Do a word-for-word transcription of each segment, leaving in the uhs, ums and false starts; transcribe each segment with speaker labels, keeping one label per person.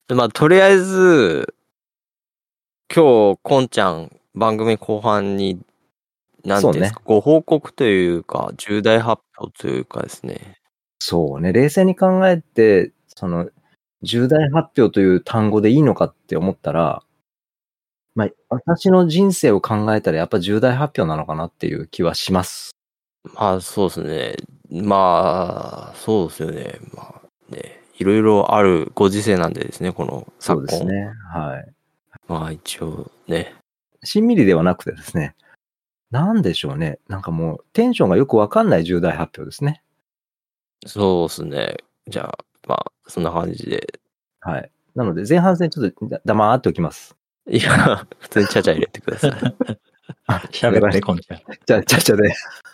Speaker 1: まあ、とりあえず、今日、こんちゃん、番組後半に、なんていうんですか、ね、ご報告というか、重大発表というかですね。
Speaker 2: そうね、冷静に考えて、その、重大発表という単語でいいのかって思ったら、まあ、私の人生を考えたらやっぱ重大発表なのかなっていう気はします。
Speaker 1: まあ、そうですね。まあ、そうですよね。まあ、ね、いろいろあるご時世なんでですね、この昨今。
Speaker 2: そうですね。はい。
Speaker 1: まあ、一応ね。
Speaker 2: しんみりではなくてですね、なんでしょうね。なんかもう、テンションがよくわかんない重大発表ですね。
Speaker 1: そうですね。じゃあ、まあ、そんな感じで。
Speaker 2: はい。なので、前半戦ちょっと黙っておきます。
Speaker 1: いや、普通にちゃちゃ入れてください。
Speaker 2: あ、
Speaker 3: 喋って、こんちゃん。
Speaker 2: じゃあ、ちゃちゃで。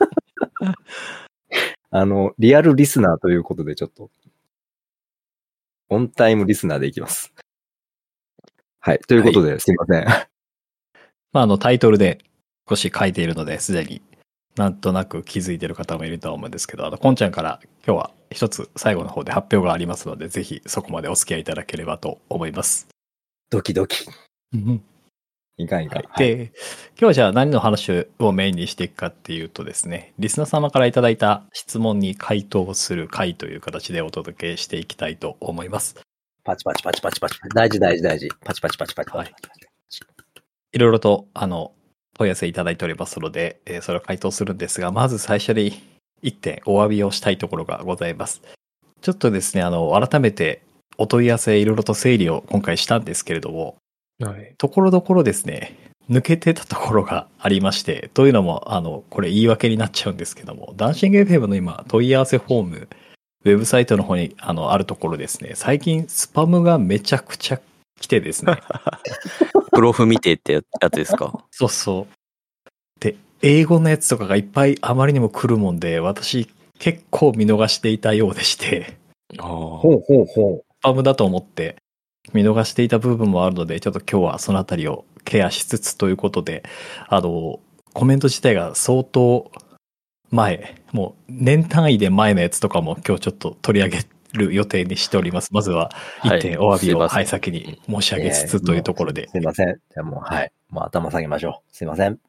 Speaker 2: あの、リアルリスナーということで、ちょっと、オンタイムリスナーでいきます。はい。ということで、はい、すいません。
Speaker 3: まあ、あの、タイトルで少し書いているので、すでになんとなく気づいている方もいるとは思うんですけど、あの、こんちゃんから今日は一つ最後の方で発表がありますので、ぜひそこまでお付き合いいただければと思います。
Speaker 2: ドキドキ。いかんいかん。
Speaker 3: はい。で、今日はじゃあ何の話をメインにしていくかっていうとですね、リスナー様からいただいた質問に回答する回という形でお届けしていきたいと思います。
Speaker 2: パチパチパチパチパチ。大事大事大事。パチパチパチパチパチ。はい。
Speaker 3: いろいろと、あの、問い合わせいただいておりますので、えー、それを回答するんですが、まず最初に一点お詫びをしたいところがございます。ちょっとですね、あの、改めてお問い合わせいろいろと整理を今回したんですけれども、はい、ところどころですね、抜けてたところがありまして、というのも、あの、これ言い訳になっちゃうんですけども、ダンシング エフエム の今、問い合わせフォーム、ウェブサイトの方にあのあるところですね、最近スパムがめちゃくちゃ来てですね。
Speaker 1: プロフ見てってやつですか？
Speaker 3: そうそう。で、英語のやつとかがいっぱいあまりにも来るもんで、私結構見逃していたようでして、
Speaker 2: あほうほうほう。
Speaker 3: スパムだと思って見逃していた部分もあるので、ちょっと今日はそのあたりをケアしつつということで、あの、コメント自体が相当前、もう年単位で前のやつとかも今日ちょっと取り上げる予定にしております。まずは一点お詫びを、はい、はい、先に申し上げつつというところで。
Speaker 2: すいません。じゃあもう、はい。もう頭下げましょう。すいません。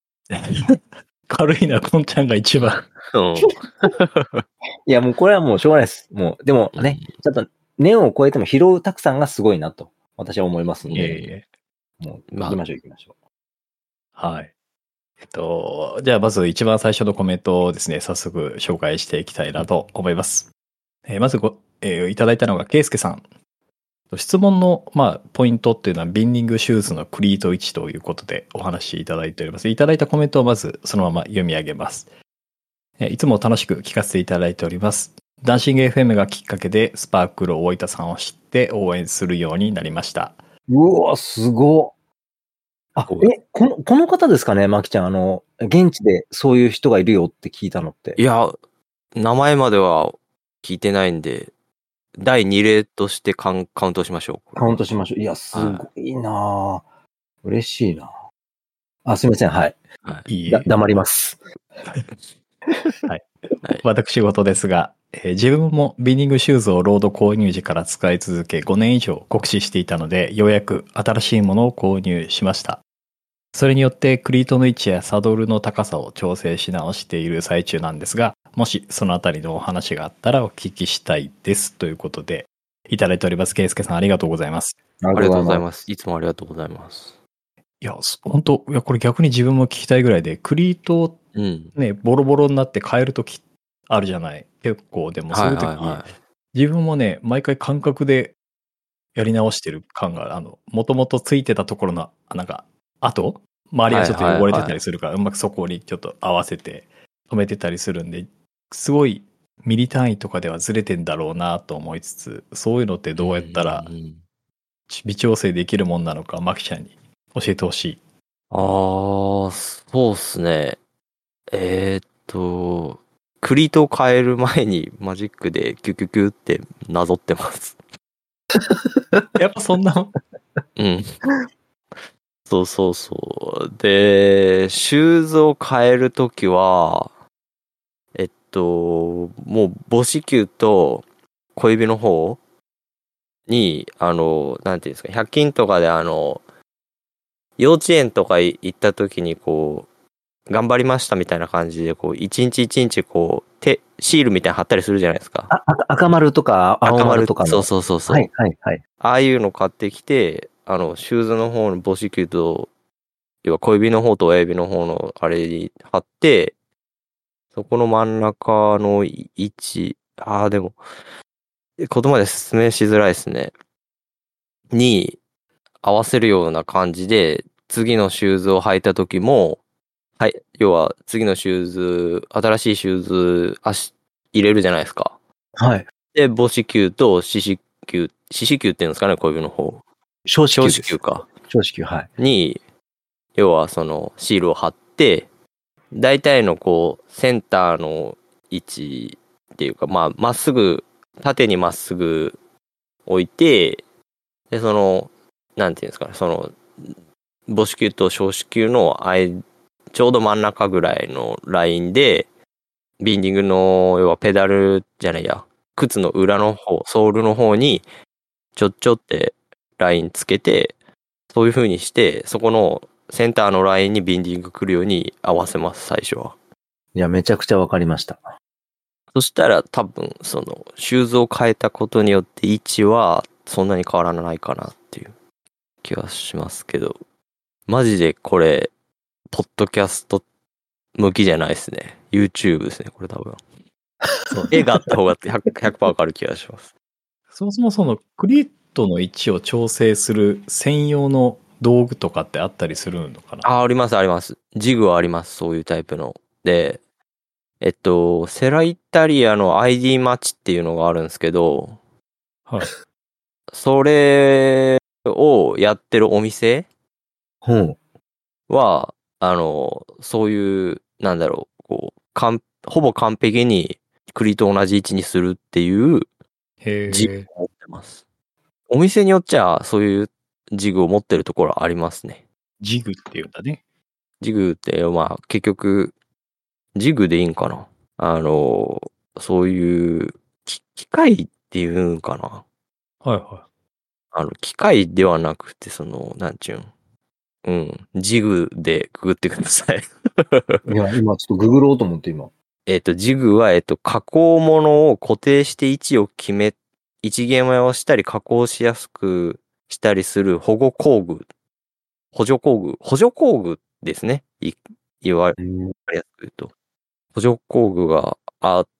Speaker 3: 軽いな、こんちゃんが一番。
Speaker 2: いや、もうこれはもうしょうがないです。もう、でもね、うん、ちょっと年を超えても拾うたくさんがすごいなと、私は思いますので。いえいえ。もう、行きましょう行きましょう。
Speaker 3: はい。えっと、じゃあまず一番最初のコメントをですね、早速紹介していきたいなと思います。えー、まずご、えー、いただいたのが、ケイスケさん。質問の、まあ、ポイントっていうのは、ビンディングシューズのクリート位置ということでお話しいただいております。いただいたコメントをまずそのまま読み上げます。えー、いつも楽しく聞かせていただいております。ダンシング エフエム がきっかけで、スパークル大分さんを知って応援するようになりました。
Speaker 2: うわ、すごっ。あ、え、この、この方ですかね、マキちゃん。あの、現地でそういう人がいるよって聞いたのって。
Speaker 1: いや、名前までは聞いてないんで、だいに例としてカウントしましょう。
Speaker 2: カウントしましょう。いや、すごいなぁ、はい、嬉しいなあ、すみません、はい。
Speaker 3: はい、いい
Speaker 2: だ黙ります。
Speaker 3: はい。私事ですが、えー、自分もビンディングシューズをロード購入時から使い続けごねん以上酷使していたので、ようやく新しいものを購入しました。それによってクリートの位置やサドルの高さを調整し直している最中なんですが、もしそのあたりのお話があったらお聞きしたいですということでいただいております。ケイスケさんありがとうございます。
Speaker 1: ありがとうございます。いつもありがとうございます。
Speaker 3: いや、本当いや、これ逆に自分も聞きたいぐらいで、クリートをね、うん、ボロボロになって変えるときあるじゃない。結構、でもそういうとき、はいはいはい、自分もね、毎回感覚でやり直してる感が、あの、もともとついてたところの、なんか、跡周りがちょっと汚れてたりするから、はいはいはい、うまくそこにちょっと合わせて止めてたりするんで、すごいミリ単位とかではずれてんだろうなと思いつつ、そういうのってどうやったら微調整できるもんなのか、マキちゃんに教えてほしい。
Speaker 1: あー、そうっすね。えー、っと、クリートを変える前にマジックでキュキュキュってなぞってます。
Speaker 3: やっぱそんな
Speaker 1: うん。そうそうそう。で、シューズを変えるときは、えっと、もう母子球と小指の方に、あの、なんていうんですか、ひゃく均とかであの、幼稚園とか行った時にこう、頑張りましたみたいな感じで、こう、一日一日こう、手、シールみたいなの貼ったりするじゃないですか。
Speaker 2: あ、赤赤丸とか青丸とかの。
Speaker 1: そうそうそうそう。
Speaker 2: はいはいはい。
Speaker 1: ああいうの買ってきて、あの、シューズの方の母子球と、要は小指の方と親指の方のあれに貼って、そこの真ん中の位置、ああ、でも、言葉で説明しづらいですね。に合わせるような感じで、次のシューズを履いた時も、はい、要は次のシューズ、新しいシューズ、足入れるじゃないですか。
Speaker 2: はい。
Speaker 1: で、母子球と四子球、四子球っていうんですかね、小指の方。
Speaker 2: 小子球です。
Speaker 1: 小子球か。
Speaker 2: 小子球、はい。
Speaker 1: に、要はそのシールを貼って、大体のこう、センターの位置っていうか、まあ、まっすぐ、縦にまっすぐ置いて、で、その、なんていうんですかね、その、母子球と小子球の間、ちょうど真ん中ぐらいのラインで、ビンディングの、要はペダルじゃないや、靴の裏の方、ソールの方に、ちょっちょってラインつけて、そういう風にして、そこのセンターのラインにビンディング来るように合わせます、最初は。
Speaker 2: いや、めちゃくちゃわかりました。
Speaker 1: そしたら多分、その、シューズを変えたことによって位置はそんなに変わらないかなっていう気はしますけど、マジでこれ、ポッドキャスト向きじゃないですね。YouTube ですね、これ多分。絵があった方が ひゃくパーセント わかる気がします。
Speaker 3: そもそもそのクリットの位置を調整する専用の道具とかってあったりするのかな？
Speaker 1: あ、ありますあります。ジグはあります。そういうタイプの。で、えっと、セライタリアの アイディー マッチっていうのがあるんですけど、
Speaker 3: はい。
Speaker 1: それをやってるお店
Speaker 2: ほう。
Speaker 1: は、あの、そういう、なんだろう、こう、かんほぼ完璧に栗と同じ位置にするっていうジグ
Speaker 3: へえ。
Speaker 1: を持ってます。お店によっちゃ、そういうジグを持ってるところありますね。
Speaker 3: ジグっていうんだね。
Speaker 1: ジグって、まあ、結局、ジグでいいんかな。あの、そういう、き機械っていうんかな。
Speaker 3: はいは
Speaker 1: あの、機械ではなくて、その、なんちゅうん。うん。ジグでくぐってください。
Speaker 2: いや、今ちょっとググろうと思って今。
Speaker 1: えっと、ジグは、えっと、加工物を固定して位置を決め、位置決めをしたり加工しやすくしたりする保護工具。補助工具。補助工具ですね。い、言われやすく言うと。補助工具があって、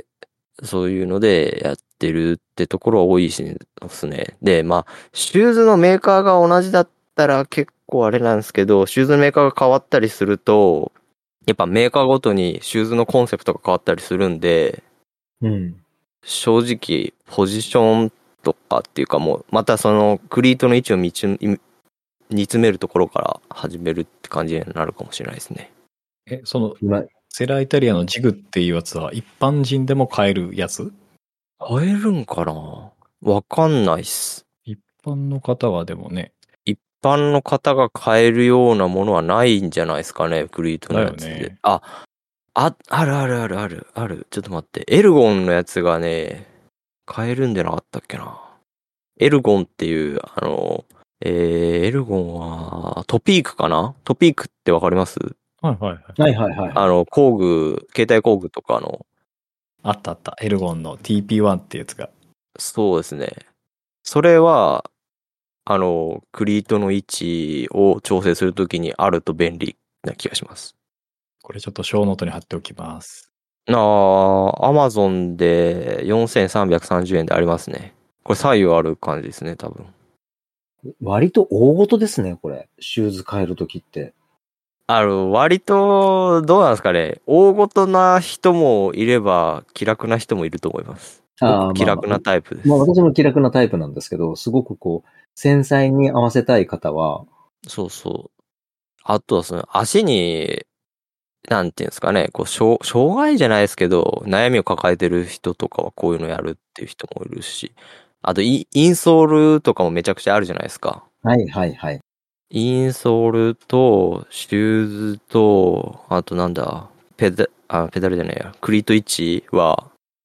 Speaker 1: そういうのでやってるってところは多いですね。で、まあ、シューズのメーカーが同じだったら結構あれなんですけど、シューズのメーカーが変わったりすると、やっぱメーカーごとにシューズのコンセプトが変わったりするんで、
Speaker 2: うん。
Speaker 1: 正直、ポジションとかっていうかもう、またそのクリートの位置を見つ煮詰めるところから始めるって感じになるかもしれないですね。
Speaker 3: え、その、
Speaker 2: 今、
Speaker 3: セライタリアのジグっていうやつは一般人でも買えるやつ？
Speaker 1: 買えるんかな？わかんないっす。
Speaker 3: 一般の方はでもね。
Speaker 1: 一般の方が買えるようなものはないんじゃないですかね、クリートのやつで。
Speaker 3: ね、
Speaker 1: あ、あ、あるあるあるある、ある。ちょっと待って。エルゴンのやつがね、買えるんでなかったっけな。エルゴンっていう、あの、えー、エルゴンは、トピークかな？トピークってわかります？
Speaker 3: はいはいはい。
Speaker 2: はいはいはい。
Speaker 1: あの、工具、携帯工具とかの。
Speaker 3: あったあった。エルゴンの ティーピーワン ってやつが。
Speaker 1: そうですね。それは、あの、クリートの位置を調整するときにあると便利な気がします。
Speaker 3: これちょっと小ノートに貼っておきます。
Speaker 1: ああ、アマゾンでよんせんさんびゃくさんじゅうえんでありますね。これ左右ある感じですね、多分。
Speaker 2: 割と大事ですね、これ。シューズ変えるときって。
Speaker 1: あの、割と、どうなんですかね。大ごとな人もいれば、気楽な人もいると思います。僕、気楽なタイプです。
Speaker 2: まあ、まあ、私も気楽なタイプなんですけど、すごくこう、繊細に合わせたい方は。
Speaker 1: そうそう。あとはその、足に、なんていうんですかね、こう、障害じゃないですけど、悩みを抱えてる人とかはこういうのやるっていう人もいるし、あとイ、インソールとかもめちゃくちゃあるじゃないですか。
Speaker 2: はいはいはい。
Speaker 1: インソールと、シューズと、あとなんだ、ペダ、あ、ペダルじゃないや、クリート位置は、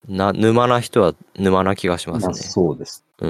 Speaker 1: な、沼な人は沼な気がします
Speaker 2: まあ
Speaker 1: ね。
Speaker 2: そうです。
Speaker 1: うん。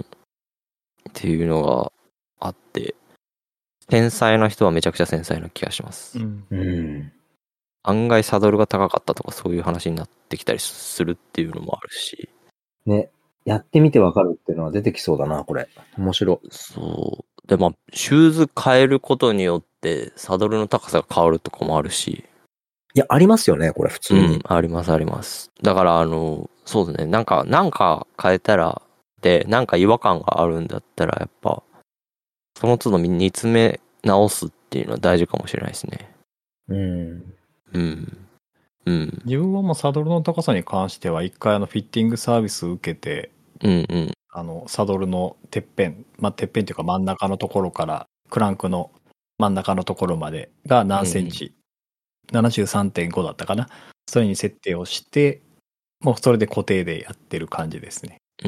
Speaker 1: っていうのがあって、繊細な人はめちゃくちゃ繊細な気がします。
Speaker 3: うん。
Speaker 2: うん。
Speaker 1: 案外サドルが高かったとかそういう話になってきたりするっていうのもあるし。
Speaker 2: ね。やってみてわかるっていうのは出てきそうだな、これ。面白い。
Speaker 1: そう。で、まあ、シューズ変えることによってサドルの高さが変わるとかもあるし。
Speaker 2: いや、ありますよね、これ、普通に。
Speaker 1: うん、ありますあります。だから、あの、そうですね。なんか、なんか変えたら、で、なんか違和感があるんだったら、やっぱ、その都度見つめ直すっていうのは大事かもしれないですね。
Speaker 2: うん。
Speaker 1: うん。うん。
Speaker 3: 自分はもうサドルの高さに関しては、一回あのフィッティングサービスを受けて、
Speaker 1: うんうん。
Speaker 3: あの、サドルのてっぺん、まあ、てっぺんというか真ん中のところから、クランクの真ん中のところまでが何センチ、ななじゅうさんてんご だったかな。それに設定をして、もうそれで固定でやってる感じですね。
Speaker 1: うん。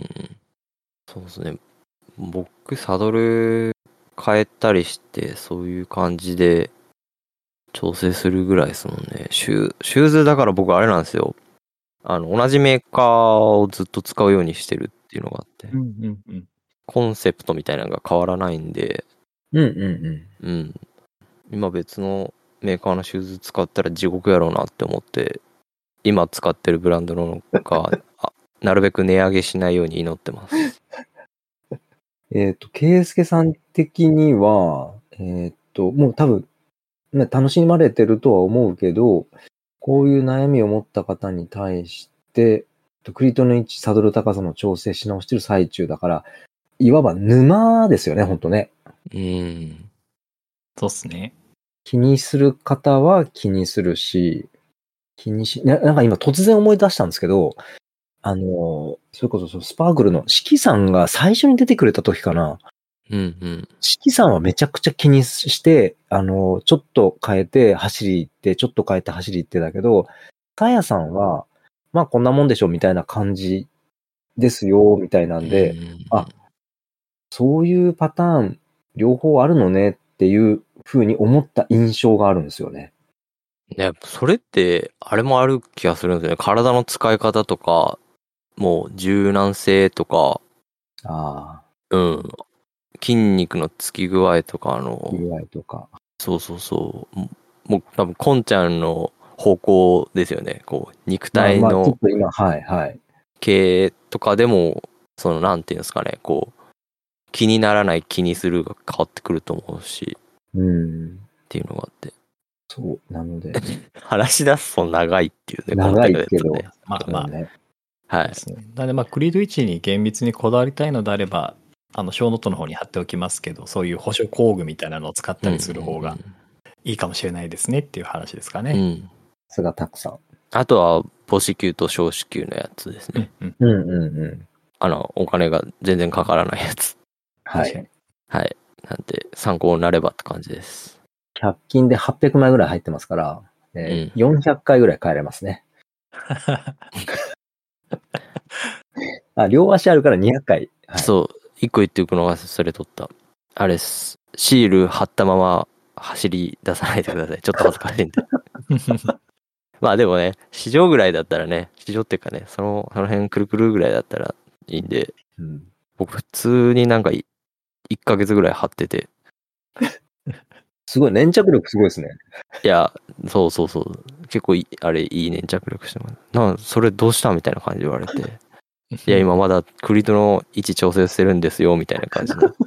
Speaker 1: そうですね。僕、サドル変えたりして、そういう感じで調整するぐらいですもんね。シュー、シューズだから僕あれなんですよ。あの、同じメーカーをずっと使うようにしてるっていうのがあって。
Speaker 3: うんうんうん。
Speaker 1: コンセプトみたいなのが変わらないんで、
Speaker 2: うんうん
Speaker 1: うん。今別のメーカーのシューズ使ったら地獄やろうなって思って、今使ってるブランドのが、あなるべく値上げしないように祈ってます。
Speaker 2: うん。えっと、ケイスケさん的には、えっと、もう多分、ね、楽しまれてるとは思うけど、こういう悩みを持った方に対して、クリートの位置、サドル高さの調整し直してる最中だから、いわば沼ですよね、ほんとね。
Speaker 1: うん。
Speaker 3: そうっすね。
Speaker 2: 気にする方は気にするし、気にし、ななんか今突然思い出したんですけど、あの、それこそスパークルの四季さんが最初に出てくれた時かな。
Speaker 1: うんうん。
Speaker 2: 四季さんはめちゃくちゃ気にして、あの、ちょっと変えて走り行って、ちょっと変えて走り行ってだけど、かやさんは、まあこんなもんでしょみたいな感じですよ、みたいなんで、あ、そういうパターン両方あるのねっていう風に思った印象があるんですよね。
Speaker 1: ね、それって、あれもある気がするんですよね。体の使い方とか、もう柔軟性とか、
Speaker 2: ああ、
Speaker 1: うん。筋肉のつき具合とかの、
Speaker 2: 具合とか。
Speaker 1: そうそうそう。ももう多分、こんちゃんの方向ですよね。こう、肉体
Speaker 2: まあまあ、ちょっ
Speaker 1: の
Speaker 2: と今、はい、はい。
Speaker 1: 系とかでも、その、なんていうんですかね、こう、気にならない気にするが変わってくると思うし、
Speaker 2: うん。
Speaker 1: っていうのがあって。
Speaker 2: そう、なので。
Speaker 1: 話し出すと長いっていうね、
Speaker 2: 長いけど、
Speaker 1: ね、
Speaker 3: まあまあ、
Speaker 2: ね、
Speaker 1: はい。
Speaker 3: ですね。なのでまあ、クリード位置に厳密にこだわりたいのであれば、あの、小ノートの方に貼っておきますけど、そういう補助工具みたいなのを使ったりする方がいいかもしれないですねっていう話ですかね。
Speaker 1: うん。
Speaker 2: それがたくさん。
Speaker 1: あとは、母子球と小子球のやつですね。
Speaker 3: うん
Speaker 2: うんうんうん。
Speaker 1: あの、お金が全然かからないやつ。
Speaker 2: はい。
Speaker 1: はい。なんで、参考になればって感じです。
Speaker 2: ひゃく均ではっぴゃくまいぐらい入ってますから、えー
Speaker 1: うん、
Speaker 2: よんひゃっかいぐらい帰れますね。あ、両足あるからにひゃっかい。はい、
Speaker 1: そう、一個言っておくのがそれ取った。あれです。シール貼ったまま走り出さないでください。ちょっと恥ずかしいんで。まあでもね、市場ぐらいだったらね、市場っていうかね、その、その辺くるくるぐらいだったらいいんで、
Speaker 2: うん、
Speaker 1: 僕普通になんかいいっかげつぐらい貼ってて。
Speaker 2: すごい、粘着力すごいですね。
Speaker 1: いや、そうそうそう。結構いあれいい粘着力してます。なんそれどうしたみたいな感じで言われて。いや、今まだクリートの位置調整してるんですよ、みたいな感じの。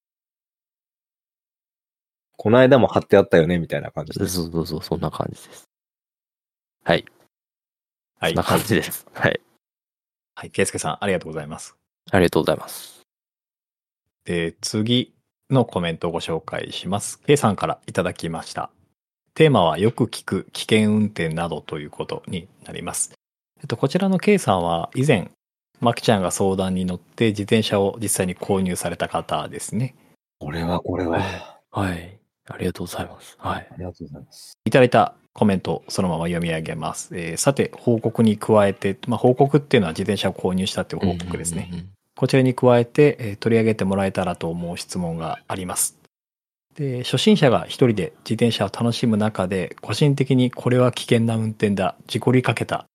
Speaker 2: この間も貼ってあったよね、みたいな感じ
Speaker 1: そう
Speaker 2: です。
Speaker 1: そうそう、そんな感じです。はい。
Speaker 3: はい。
Speaker 1: そんな感じです。はい。
Speaker 3: はい。ケイスケさん、ありがとうございます。
Speaker 1: ありがとうございます。
Speaker 3: で、次のコメントをご紹介します。K さんからいただきました。テーマはよく聞く危険運転などということになります。えっと、こちらの K さんは以前、マキちゃんが相談に乗って自転車を実際に購入された方ですね。
Speaker 2: これは、これは。
Speaker 1: はい。ありがとうございます。はい。
Speaker 2: ありがとうございます。
Speaker 3: いただいたコメントをそのまま読み上げます。えー、さて、報告に加えて、まあ、報告っていうのは自転車を購入したっていう報告ですね。
Speaker 1: うんうんうん、
Speaker 3: こちらに加えて、えー、取り上げてもらえたらと思う質問があります。で、初心者が一人で自転車を楽しむ中で、個人的にこれは危険な運転だ、事故りかけた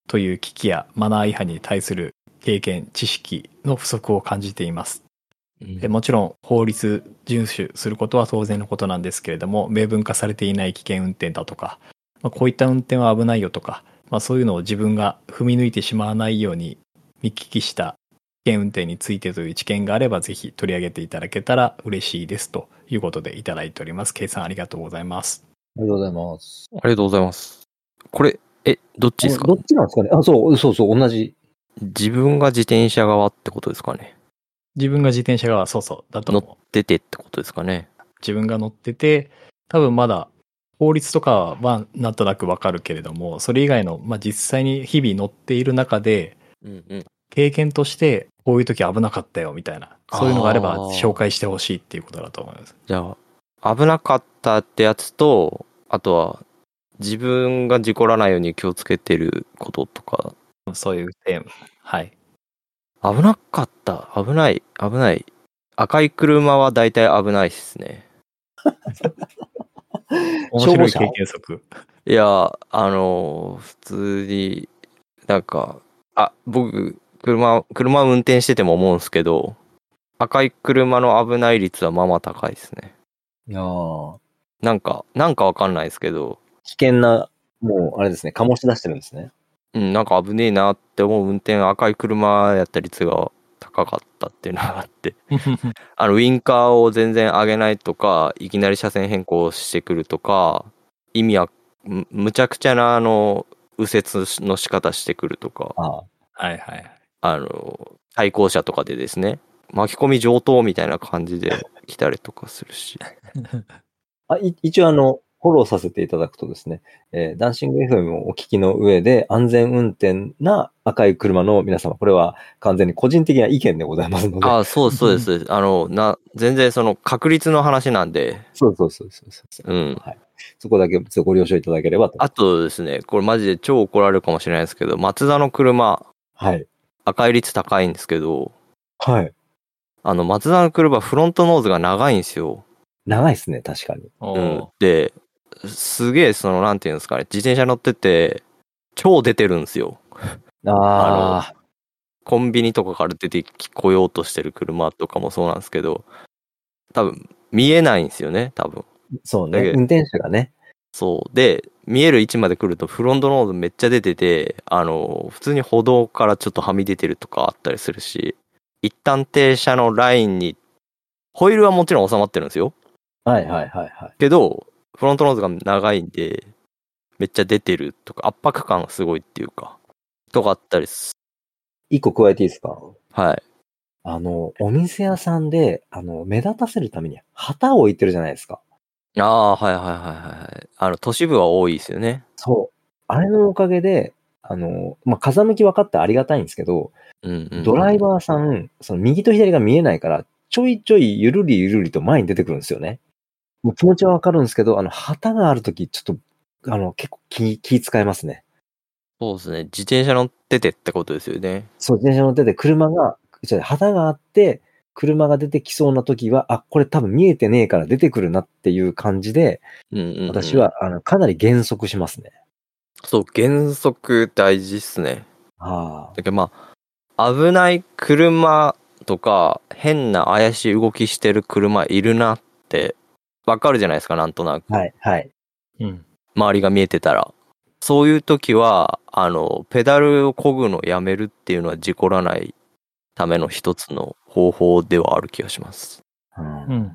Speaker 3: という危機やマナー違反に対する経験、知識の不足を感じています。でもちろん法律遵守することは当然のことなんですけれども、明文化されていない危険運転だとか、まあ、こういった運転は危ないよとか、まあ、そういうのを自分が踏み抜いてしまわないように見聞きした危険運転についてという知見があればぜひ取り上げていただけたら嬉しいですということでいただいております。K さんありがとうございます。
Speaker 2: ありがとうございます。
Speaker 1: ありがとうございます。これ、え、どっちですか？
Speaker 2: どっちなんですかね。あ、そう、そうそう、同じ。
Speaker 1: 自分が自転車側ってことですかね。
Speaker 3: 自分が自転車側、そうそう、だと思う。
Speaker 1: 乗っててってことですかね。
Speaker 3: 自分が乗ってて、多分まだ法律とかはなんとなくわかるけれども、それ以外の、まあ、実際に日々乗っている中で、
Speaker 1: うんうん、
Speaker 3: 経験としてこういう時危なかったよみたいな、そういうのがあれば紹介してほしいっていうことだと思います。
Speaker 1: じゃあ、危なかったってやつと、あとは自分が事故らないように気をつけてることとか。
Speaker 3: そういうテーマ。はい。
Speaker 1: 危なかった。危ない。危ない。赤い車は大体危ないですね。
Speaker 3: 面白い経験則。
Speaker 1: いや、あの、普通に、なんか、あ、僕、車、車運転してても思うんですけど、赤い車の危ない率はまあまあ高いですね。
Speaker 2: いやー。
Speaker 1: なんか、なんかわかんないですけど。
Speaker 2: 危険な、もう、あれですね、醸し出してるんですね。
Speaker 1: うん、なんか危ねえなって思う運転、赤い車やった率が高かったっていうのがあって。あの、ウインカーを全然上げないとか、いきなり車線変更してくるとか、意味は、む、むちゃくちゃな、あの、右折の仕方してくるとか。
Speaker 2: ああ。
Speaker 3: はいはい。
Speaker 1: あの、対向車とかでですね、巻き込み上等みたいな感じで来たりとかするし。
Speaker 2: あ、い、一応あの、フォローさせていただくとですね、えー、ダンシング エフエム をお聞きの上で安全運転な赤い車の皆様、これは完全に個人的な意見でございますので。
Speaker 1: ああ、そうそうです。あの、な、全然その確率の話なんで。
Speaker 2: そうそうそうそうそう。
Speaker 1: うん。
Speaker 2: はい。そこだけご了承いただければと。
Speaker 1: あとですね、これマジで超怒られるかもしれないですけど、マツダの車。
Speaker 2: はい。
Speaker 1: 赤い率高いんですけど。
Speaker 2: はい。
Speaker 1: あの、マツダの車、フロントノーズが長いんですよ。
Speaker 2: 長いですね、確かに。
Speaker 1: うん。で、すげえ、その、なんていうんですかね、自転車乗ってて、超出てるんですよ。
Speaker 2: ああ。
Speaker 1: コンビニとかから出てこようとしてる車とかもそうなんですけど、多分、見えないんですよね、多分。
Speaker 2: そうね、運転手がね。
Speaker 1: そう。で、見える位置まで来ると、フロントノーズめっちゃ出てて、あの、普通に歩道からちょっとはみ出てるとかあったりするし、一旦停車のラインに、ホイールはもちろん収まってるんですよ。
Speaker 2: はいはいはいはい。
Speaker 1: けど、フロントノーズが長いんで、めっちゃ出てるとか、圧迫感がすごいっていうか、とかあったりす。
Speaker 2: 一個加えていいですか？
Speaker 1: はい。
Speaker 2: あの、お店屋さんで、あの、目立たせるために旗を置いてるじゃないですか。
Speaker 1: ああ、はいはいはいはい。あの、都市部は多いですよね。
Speaker 2: そう。あれのおかげで、あの、まあ、風向き分かってありがたいんですけど、
Speaker 1: うんうんうん、
Speaker 2: ドライバーさん、その右と左が見えないから、ちょいちょいゆるりゆるりと前に出てくるんですよね。もう気持ちはわかるんですけど、あの、旗があるとき、ちょっと、あの、結構気、気使いますね。
Speaker 1: そうですね。自転車乗っててってことですよね。
Speaker 2: そう、自転車乗ってて、車が、旗があって、車が出てきそうなときは、あ、これ多分見えてねえから出てくるなっていう感じで、
Speaker 1: うんうんうん、
Speaker 2: 私は、あの、かなり減速しますね。
Speaker 1: そう、減速大事っすね。
Speaker 2: はあ。
Speaker 1: だけどまあ、危ない車とか、変な怪しい動きしてる車いるなって、わかるじゃないですか、なんとなく。
Speaker 2: はい、はい。
Speaker 3: うん。
Speaker 1: 周りが見えてたら。そういう時は、あの、ペダルを漕ぐのをやめるっていうのは事故らないための一つの方法ではある気がします。
Speaker 2: うん。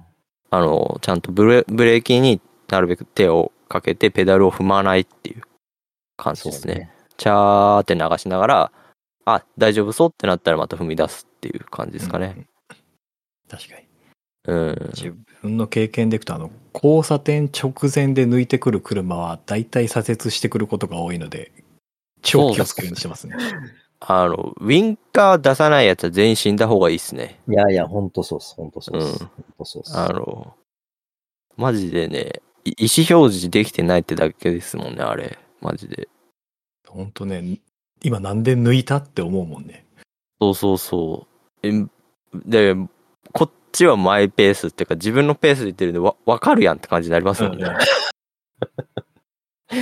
Speaker 1: あの、ちゃんとブレ、ブレーキになるべく手をかけてペダルを踏まないっていう感じですね。ね、チャーって流しながら、あ、大丈夫そうってなったらまた踏み出すっていう感じですかね。うん、
Speaker 3: 確かに。
Speaker 1: うん。
Speaker 3: 自分の経験でいくと、あの、交差点直前で抜いてくる車は大体左折してくることが多いので、超気をつけるようにしてますね。
Speaker 1: あの、ウィンカー出さないやつは全員死んだ方がいいっすね。
Speaker 2: いやいや、ほんとそうっす、ほんとそうっす。
Speaker 1: うん、
Speaker 2: ほんとそうっす。
Speaker 1: あの、マジでね、意思表示できてないってだけですもんね、あれ。マジで。
Speaker 3: ほんとね、今なんで抜いたって思うもんね。
Speaker 1: そうそうそう。えで、こっちはマイペースっていうか、自分のペースで言ってるんでわ、わかるやんって感じになりますもんね。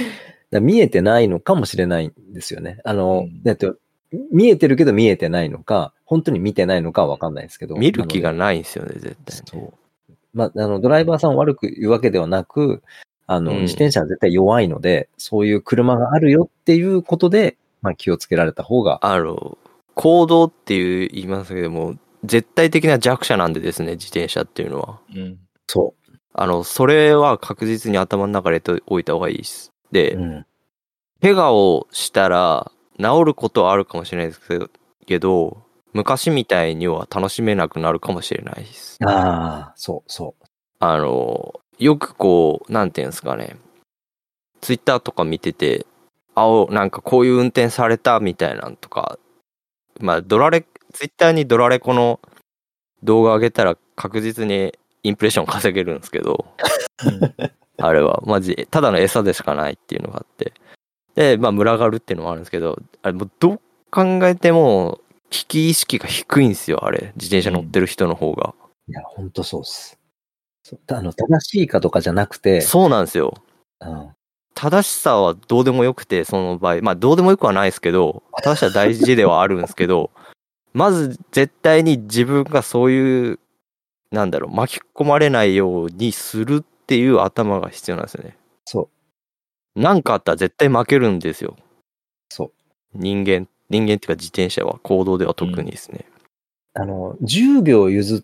Speaker 2: だ見えてないのかもしれないんですよね。あの、
Speaker 3: うん、
Speaker 2: だって見えてるけど見えてないのか、本当に見てないのかはわかんないですけど。
Speaker 1: 見る気がないんですよね、絶対、ね。
Speaker 2: そう。まあ、あの、ドライバーさんを悪く言うわけではなく、あの、うん、自転車は絶対弱いので、そういう車があるよっていうことで、まあ気をつけられた方が。
Speaker 1: あの、行動っていう言いますけども、絶対的な弱者なんでですね、自転車っていうのは。
Speaker 2: うん。そう。
Speaker 1: あの、それは確実に頭の中で入れておいた方がいいです。で、うん、怪我をしたら治ることはあるかもしれないですけど、昔みたいには楽しめなくなるかもしれないです。
Speaker 2: ああ、そうそう。
Speaker 1: あの、よくこう、なんていうんですかね、ツイッターとか見てて、あお、なんかこういう運転されたみたいなんとか、まあ、ドラレ、ツイッターにドラレコの動画上げたら確実にインプレッション稼げるんですけど、あれはマジただの餌でしかないっていうのがあって、でまあ群がるっていうのもあるんですけど、あれもうどう考えても危機意識が低いんですよ、あれ自転車乗ってる人の方が。
Speaker 2: うん、いや本当そうっす。あの正しいかとかじゃなくて、
Speaker 1: そうなんですよ。
Speaker 2: うん、
Speaker 1: 正しさはどうでもよくて、その場合まあどうでもよくはないですけど、正しさは大事ではあるんですけどまず絶対に自分がそういうなんだろう巻き込まれないようにするっていう頭が必要なんですよね。
Speaker 2: そう。
Speaker 1: なんかあったら絶対負けるんですよ。
Speaker 2: そう。
Speaker 1: 人間、人間っていうか自転車は行動では特にですね。
Speaker 2: うん、あの、じゅうびょう譲って、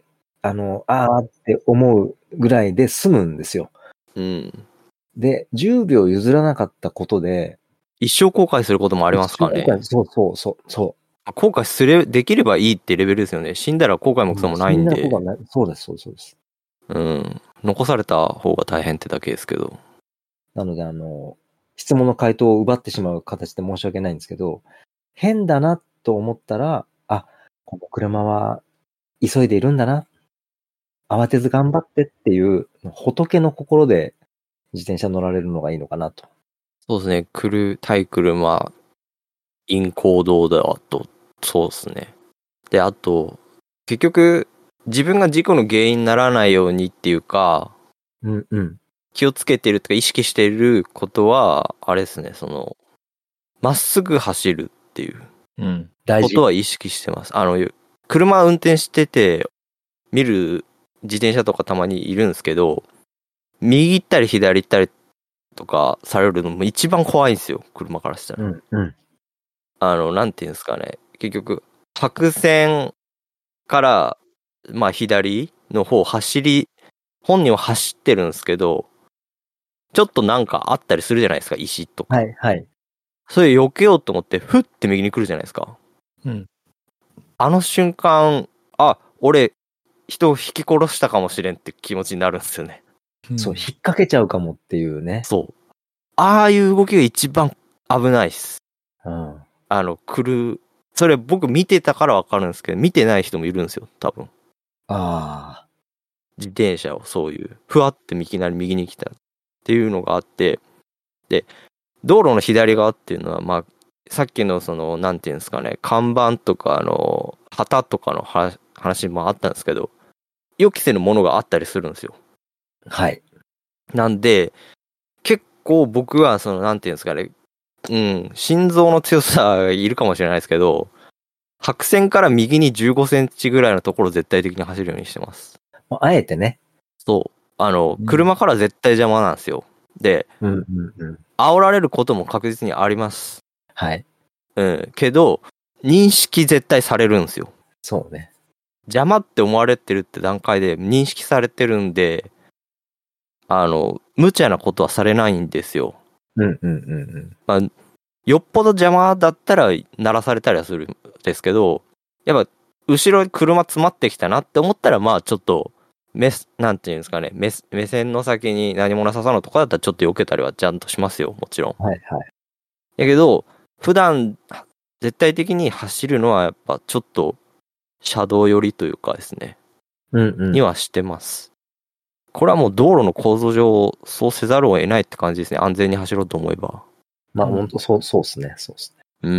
Speaker 2: あの、あーって思うぐらいで済むんですよ。
Speaker 1: うん。
Speaker 2: で、じゅうびょう譲らなかったことで、
Speaker 1: 一生後悔することもありますからね。
Speaker 2: そうそうそう、そう。
Speaker 1: 後悔すれ、できればいいってレベルですよね。死んだら後悔もクソもないんで。
Speaker 2: 死んだ方がない。そうです、そうです、そうです。
Speaker 1: うん。残された方が大変ってだけですけど。
Speaker 2: なので、あの、質問の回答を奪ってしまう形で申し訳ないんですけど、変だなと思ったら、あ、この車は急いでいるんだな。慌てず頑張ってっていう、仏の心で自転車乗られるのがいいのかなと。
Speaker 1: そうですね。来る、対車、イン行動だと、そうですね。で、あと、結局、自分が事故の原因にならないようにっていうか、
Speaker 2: うんうん。
Speaker 1: 気をつけてるとか意識していることは、あれですね、その、まっすぐ走るっていうことは意識してます。あの、車運転してて、見る自転車とかたまにいるんですけど、右行ったり左行ったりとかされるのも一番怖いんですよ、車からしたら。
Speaker 2: うんうん。
Speaker 1: あの、なんていうんですかね、結局、白線から、まあ左の方走り、本人は走ってるんですけど、ちょっとなんかあったりするじゃないですか、石とか。
Speaker 2: はいはい。
Speaker 1: それ避けようと思って、ふって右に来るじゃないですか。
Speaker 3: うん。
Speaker 1: あの瞬間、あ、俺、人を引き殺したかもしれんって気持ちになるんですよね。
Speaker 2: そう、引っ掛けちゃうかもっていうね。
Speaker 1: そう。ああいう動きが一番危ないっす。
Speaker 2: うん。
Speaker 1: あの、来る、それ僕見てたからわかるんですけど、見てない人もいるんですよ、多分。
Speaker 2: ああ。
Speaker 1: 自転車をそういう、ふわっていきなり右に来たっていうのがあって、で、道路の左側っていうのは、まあ、さっきのその、なんていうんですかね、看板とか、あの、旗とかの話もあったんですけど、予期せぬものがあったりするんですよ。
Speaker 2: はい。
Speaker 1: なんで、結構僕は、その、なんていうんですかね、うん、心臓の強さがいるかもしれないですけど、白線から右にじゅうごセンチぐらいのところを絶対的に走るようにしてます。
Speaker 2: あえてね。
Speaker 1: そう。あの、車から絶対邪魔なんですよ。で、
Speaker 2: うんうんうん、
Speaker 1: 煽られることも確実にあります。
Speaker 2: はい。
Speaker 1: うん。けど、認識絶対されるんですよ。
Speaker 2: そうね。
Speaker 1: 邪魔って思われてるって段階で認識されてるんで、あの、無茶なことはされないんですよ。
Speaker 2: うんうんうんうん。
Speaker 1: まあ、よっぽど邪魔だったら鳴らされたりはするんですけど、やっぱ、後ろに車詰まってきたなって思ったら、まあちょっと、目、なんていうんですかね、目、目線の先に何もなさそうなとこだったらちょっと避けたりはちゃんとしますよ、もちろん。
Speaker 2: はいはい。
Speaker 1: やけど、普段、絶対的に走るのはやっぱちょっと、車道寄りというかですね、
Speaker 2: うんうん。
Speaker 1: にはしてます。これはもう道路の構造上、そうせざるを得ないって感じですね、安全に走ろうと思えば。
Speaker 2: まあ、うん、本当そう、そうですね、そうですね。
Speaker 1: うん。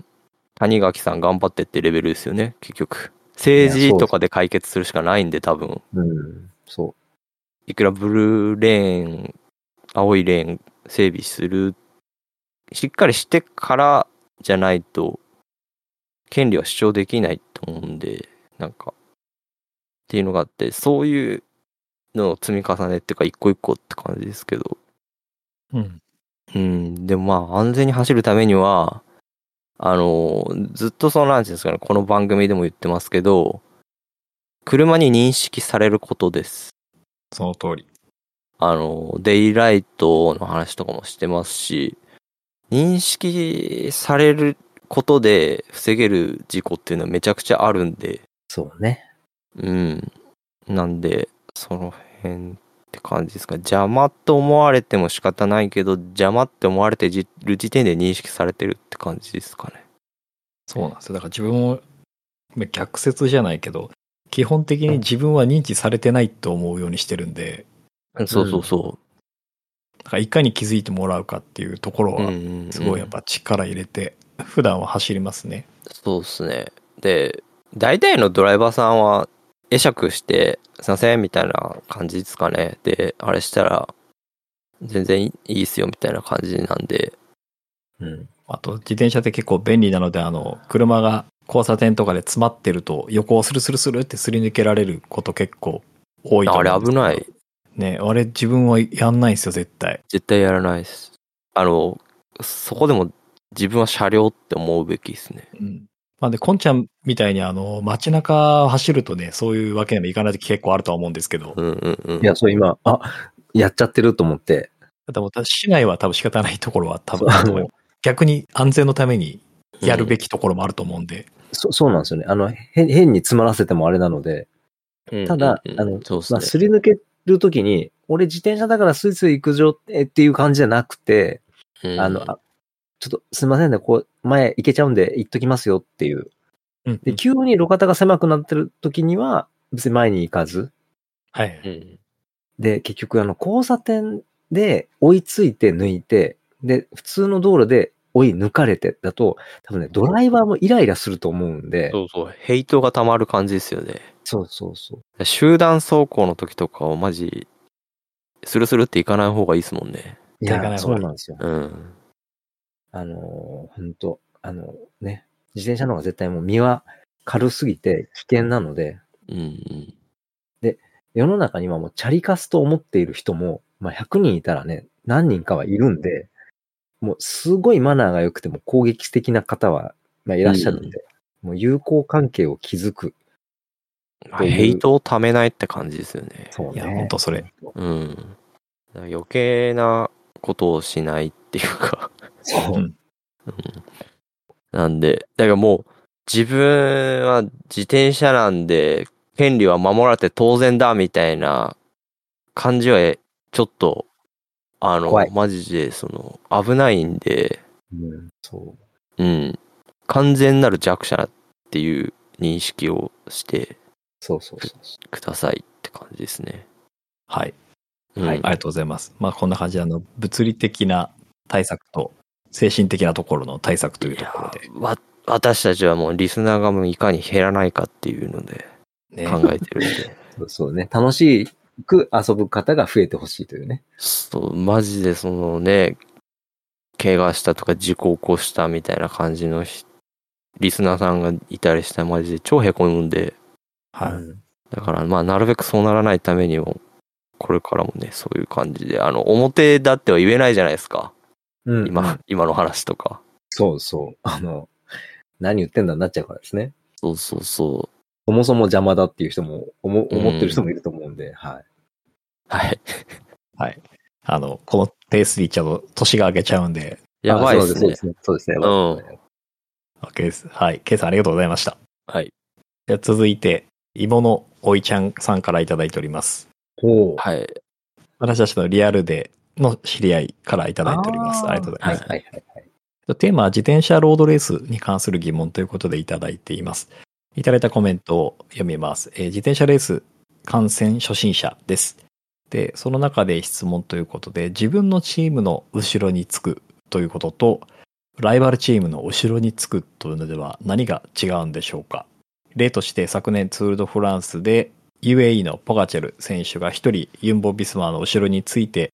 Speaker 1: 谷垣さん頑張ってってレベルですよね、結局。政治とかで解決するしかないんで、多分。
Speaker 2: うん、そう。
Speaker 1: いくらブルーレーン、青いレーン整備する、しっかりしてからじゃないと、権利は主張できないと思うんで、なんか、っていうのがあって、そういうのを積み重ねっていうか、一個一個って感じですけど。
Speaker 3: うん。
Speaker 1: うん、でもまあ、安全に走るためには、あの、ずっとそうなんていうんですかね、この番組でも言ってますけど、車に認識されることです。
Speaker 3: その通り。
Speaker 1: あの、デイライトの話とかもしてますし、認識されることで防げる事故っていうのはめちゃくちゃあるんで。
Speaker 2: そうね。
Speaker 1: うん。なんで、その辺って感じですか。邪魔と思われても仕方ないけど、邪魔って思われてる時点で認識されてるって感じですかね。
Speaker 3: そうなんですよ。だから自分も逆説じゃないけど、基本的に自分は認知されてないと思うようにしてるんで。
Speaker 1: そうそうそう。
Speaker 3: だからいかに気づいてもらうかっていうところは、すごいやっぱ力入れて、普段は走りますね。
Speaker 1: そうですね。で、大体のドライバーさんは、会釈して、すいません、みたいな感じですかね。で、あれしたら、全然いいっすよ、みたいな感じなんで。
Speaker 3: うん。あと、自転車って結構便利なので、あの、車が交差点とかで詰まってると、横をスルスルスルってすり抜けられること結構多いと思うんですけど。
Speaker 1: あれ危ない。
Speaker 3: ね、あれ自分はやんないんですよ、絶対。
Speaker 1: 絶対やらないです。あの、そこでも自分は車両って思うべきですね。
Speaker 3: うん。まあで、こんちゃんみたいにあの、街中走るとね、そういうわけにもいかない時結構あるとは思うんですけど。
Speaker 1: うんうんうん。
Speaker 2: いや、そう今、あ、やっちゃってると思って。
Speaker 3: 多分市内は多分仕方ないところは多分あると思う。逆に安全のためにやるべきところもあると思うんで。
Speaker 2: うん、そそうなんですよね。あの、変変に詰まらせてもあれなので。ただ、うんうんうん、あの、ね、まあ、すり抜けるときに、俺自転車だからスイスイ行くぞっていう感じじゃなくて、うん、あの、あちょっとすいませんね、こう、前行けちゃうんで行っときますよっていう。
Speaker 3: うんうん、
Speaker 2: で、急に路肩が狭くなってるときには、別に前に行かず。
Speaker 3: はい。うん、
Speaker 2: で、結局、あの、交差点で追いついて抜いて、で、普通の道路で追い抜かれてだと、多分ね、ドライバーもイライラすると思うんで。
Speaker 1: そうそう、ヘイトが溜まる感じですよね。
Speaker 2: そうそうそう。
Speaker 1: 集団走行の時とかはマジ、スルスルって行かない方がいいですもんね。
Speaker 2: いや、そうなんですよ。
Speaker 1: うん。
Speaker 2: あの、本当あのね、自転車の方が絶対もう身は軽すぎて危険なので、
Speaker 1: うんうん、
Speaker 2: で、世の中にはもうチャリカスと思っている人も、まあ、ひゃくにんいたらね、何人かはいるんで、もうすごいマナーが良くても攻撃的な方は、まあ、いらっしゃるんで、うん、もう友好関係を築く。
Speaker 1: ヘイトをためないって感じですよね。
Speaker 2: そうね。
Speaker 3: いや、本当それ。
Speaker 1: うん。余計なことをしないっていうか
Speaker 2: そう、うん。
Speaker 1: なんで、だからもう、自分は自転車なんで、権利は守られて当然だみたいな感じは、ちょっと、あの、マジで、その、危ないんで、
Speaker 2: うん、そう。
Speaker 1: うん。完全なる弱者っていう認識をして、
Speaker 2: そうそうそう。
Speaker 1: くださいって感じですね。
Speaker 3: はい。
Speaker 1: うん、
Speaker 3: はい。ありがとうございます。まあ、こんな感じで、あの、物理的な対策と、精神的なところの対策というところで。
Speaker 1: わ私たちはもうリスナーがもういかに減らないかっていうので考えてるんで。ね、
Speaker 2: そうそうね。楽しく遊ぶ方が増えてほしいというね。
Speaker 1: そう、マジでそのね、怪我したとか事故起こしたみたいな感じのリスナーさんがいたりしたらマジで超へこむんで。
Speaker 3: はい。
Speaker 1: だからまあなるべくそうならないためにも、これからもね、そういう感じで、あの、表だっては言えないじゃないですか。うん、今、今の話とか。
Speaker 2: そうそう。あの、何言ってんだになっちゃうからですね。
Speaker 1: そうそうそう。
Speaker 2: そもそも邪魔だっていう人も思、思ってる人もいると思うんで、うん、はい。
Speaker 1: はい。
Speaker 3: はい。あの、このペースでいっちゃうと年が明けちゃうんで。
Speaker 1: やばいですね。
Speaker 2: そうですね。そうですね。
Speaker 1: うん。
Speaker 3: OK です。はい。ケイさんありがとうございました。
Speaker 1: はい。
Speaker 3: では続いて、芋のおいちゃんさんからいただいております。
Speaker 2: ほう。
Speaker 1: はい。
Speaker 3: 私たちのリアルでの知り合いからいただいております。ありがとうございます。
Speaker 2: はいはいはい。
Speaker 3: テーマは自転車ロードレースに関する疑問ということでいただいています。いただいたコメントを読みます。えー、自転車レース観戦初心者です。で、その中で質問ということで、自分のチームの後ろにつくということと、ライバルチームの後ろにつくというのでは何が違うんでしょうか。例として昨年ツールドフランスで ユーエーイー のポガチェル選手が一人ユンボ・ビスマーの後ろについて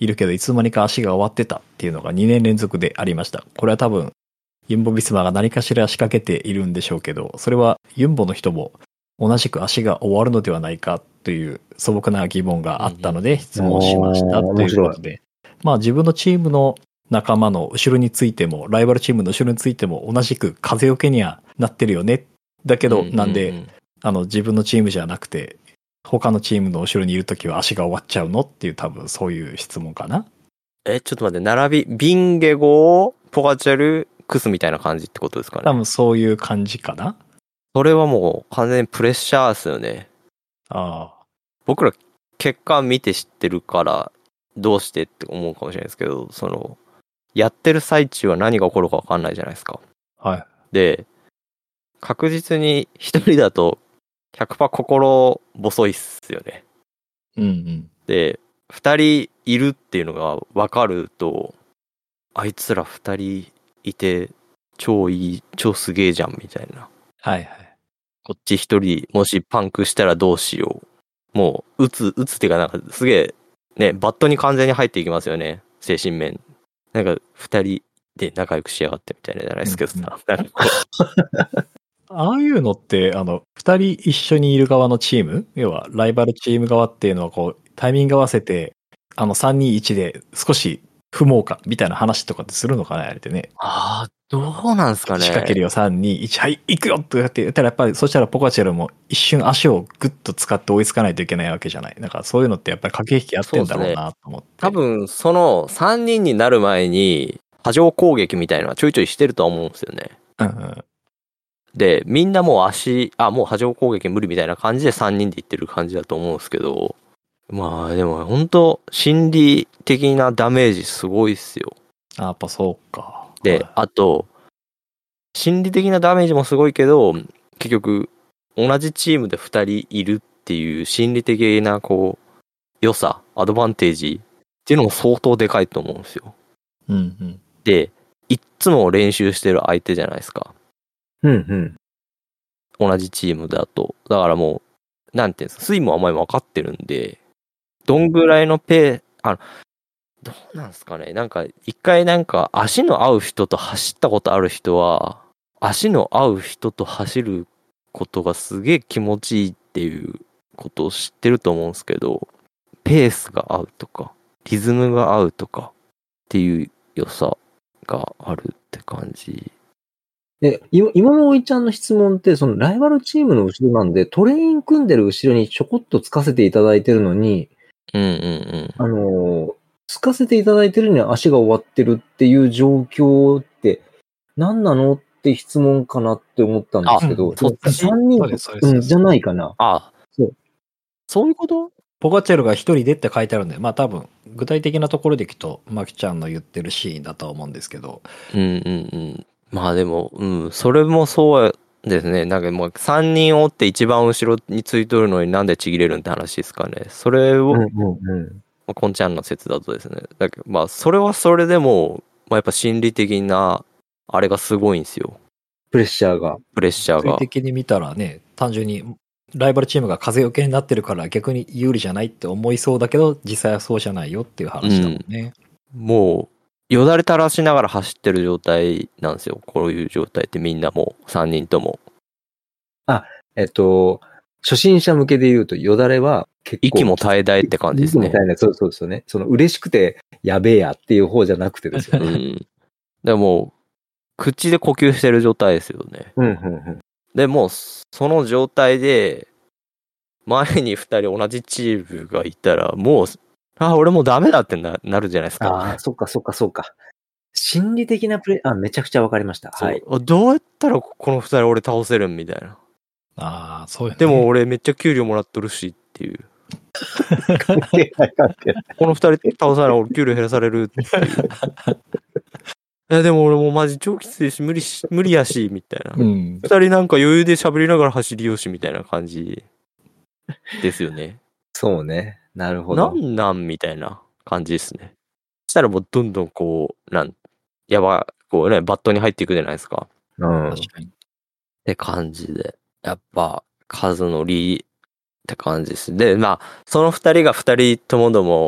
Speaker 3: いるけど、いつの間にか足が終わってたっていうのがにねん連続でありました。これは多分、ユンボ・ビスマが何かしら仕掛けているんでしょうけど、それはユンボの人も同じく足が終わるのではないかという素朴な疑問があったので質問しましたということで、まあ自分のチームの仲間の後ろについても、ライバルチームの後ろについても同じく風よけにはなってるよね。だけど、なんで、あの自分のチームじゃなくて、他のチームの後ろにいるときは足が終わっちゃうのっていう多分そういう質問かな。
Speaker 1: え、ちょっと待って、並び、ビンゲゴ、ポガチャル、クスみたいな感じってことですかね。
Speaker 3: 多分そういう感じかな。
Speaker 1: それはもう完全にプレッシャーですよね。
Speaker 3: ああ。
Speaker 1: 僕ら結果見て知ってるからどうしてって思うかもしれないですけど、そのやってる最中は何が起こるか分かんないじゃないですか。
Speaker 3: はい。
Speaker 1: で、確実に一人だと ひゃくパーセント 心細いっすよね。
Speaker 3: うんうん。
Speaker 1: で、二人いるっていうのが分かると、あいつら二人いて超いい、超すげえじゃんみたいな。
Speaker 3: はいはい。
Speaker 1: こっち一人もしパンクしたらどうしよう。もう、打つ、打つっていうかなんかすげえ、ね、バットに完全に入っていきますよね。精神面。なんか二人で仲良くしやがってみたいなじゃないですけどさ。うん、なんかこう
Speaker 3: ああいうのって、あの、二人一緒にいる側のチーム、要はライバルチーム側っていうのはこう、タイミング合わせて、あの、さんにいちで少し不毛かみたいな話とかってするのかな、あれってね。
Speaker 1: ああ、どうなんすかね。
Speaker 3: 仕掛けるよ、さんにいち、はい、行くよってやって言ったら、やっぱり、そしたらポカチェルも一瞬足をグッと使って追いつかないといけないわけじゃない。だからそういうのってやっぱり駆け引きやってんだろうなと思って。ね、
Speaker 1: 多分、そのさんにんになる前に、波状攻撃みたいなのはちょいちょいしてるとは思うんですよね。
Speaker 3: うんうん。
Speaker 1: で、みんなもう足、あ、もう波状攻撃無理みたいな感じでさんにんでいってる感じだと思うんですけど、まあでも本当心理的なダメージすごいっすよ。
Speaker 3: あ、やっぱそうか。
Speaker 1: で、はい、あと、心理的なダメージもすごいけど、結局、同じチームでふたりいるっていう心理的なこう、良さ、アドバンテージっていうのも相当でかいと思うんですよ。
Speaker 3: うんうん。
Speaker 1: で、いっつも練習してる相手じゃないですか。
Speaker 2: うんうん。
Speaker 1: 同じチームだと。だからもう、なんていうんですか、スイムはあんまり分かってるんで、どんぐらいのペー、あの、どうなんですかね。なんか、一回なんか、足の合う人と走ったことある人は、足の合う人と走ることがすげえ気持ちいいっていうことを知ってると思うんですけど、ペースが合うとか、リズムが合うとかっていう良さがあるって感じ。
Speaker 2: え、今のおいちゃんの質問って、そのライバルチームの後ろなんで、トレイン組んでる後ろにちょこっとつかせていただいてるのに、
Speaker 1: うんうんうん。
Speaker 2: あの、つかせていただいてるのに足が終わってるっていう状況って何なのって質問かなって思ったんですけど、
Speaker 1: あ、そっち
Speaker 2: さんにん、うん、じゃないかな。
Speaker 1: あ、そう。そういうこと？
Speaker 3: ポガチェルが一人でって書いてあるんで、まあ多分、具体的なところでいくと、マキちゃんの言ってるシーンだとは思うんですけど。
Speaker 1: うんうんうん。まあでも、うん、それもそうですね。なんかもうさんにんおって一番後ろについとるのになんでちぎれるんって話ですかね。それを、うんうんうん、まあ、こんちゃんの説だとですね。だけどまあそれはそれでも、まあ、やっぱ心理的なあれがすごいんですよ。
Speaker 2: プレッシャーが。
Speaker 1: プレッシャーが。
Speaker 3: 物理的に見たらね、単純にライバルチームが風よけになってるから逆に有利じゃないって思いそうだけど、実際はそうじゃないよっていう話だもんね。
Speaker 1: うん、もう、よだれ垂らしながら走ってる状態なんですよ。こういう状態ってみんなもうさんにんとも。
Speaker 2: あ、えっと、初心者向けで言うと、よだれは結構。
Speaker 1: 息も絶え絶えって感じですね。
Speaker 2: 息も絶えない。そうそうですよね。その嬉しくてやべえやっていう方じゃなくてですよね。
Speaker 1: うん。でも、口で呼吸してる状態ですよね。
Speaker 2: うんうんうん。
Speaker 1: でもう、その状態で、前にふたり同じチームがいたら、もう、あ、俺もうダメだって な, なるじゃないですか。
Speaker 2: ああ、そっかそっかそっか。心理的なプレイ、あ、めちゃくちゃわかりました。はい。
Speaker 1: どうやったらこのふたり俺倒せるんみたいな。
Speaker 3: ああ、そういう、ね、
Speaker 1: でも俺めっちゃ給料もらっとるしっていう。
Speaker 2: 関係ない関係ない。
Speaker 1: このふたり倒さない俺給料減らされるっていう。いやでも俺もうマジ超きついし無理し無理やしみたいな。うん、ふたりなんか余裕で喋りながら走りよしみたいな感じですよね。
Speaker 2: そうね。なるほど。
Speaker 1: なんなんみたいな感じですね。そしたらもうどんどんこうなんやばこうねバットに入っていくじゃないですか。
Speaker 2: うん。
Speaker 3: 確かに。
Speaker 1: って感じでやっぱ数の利って感じです。でまあそのふたりがふたりともども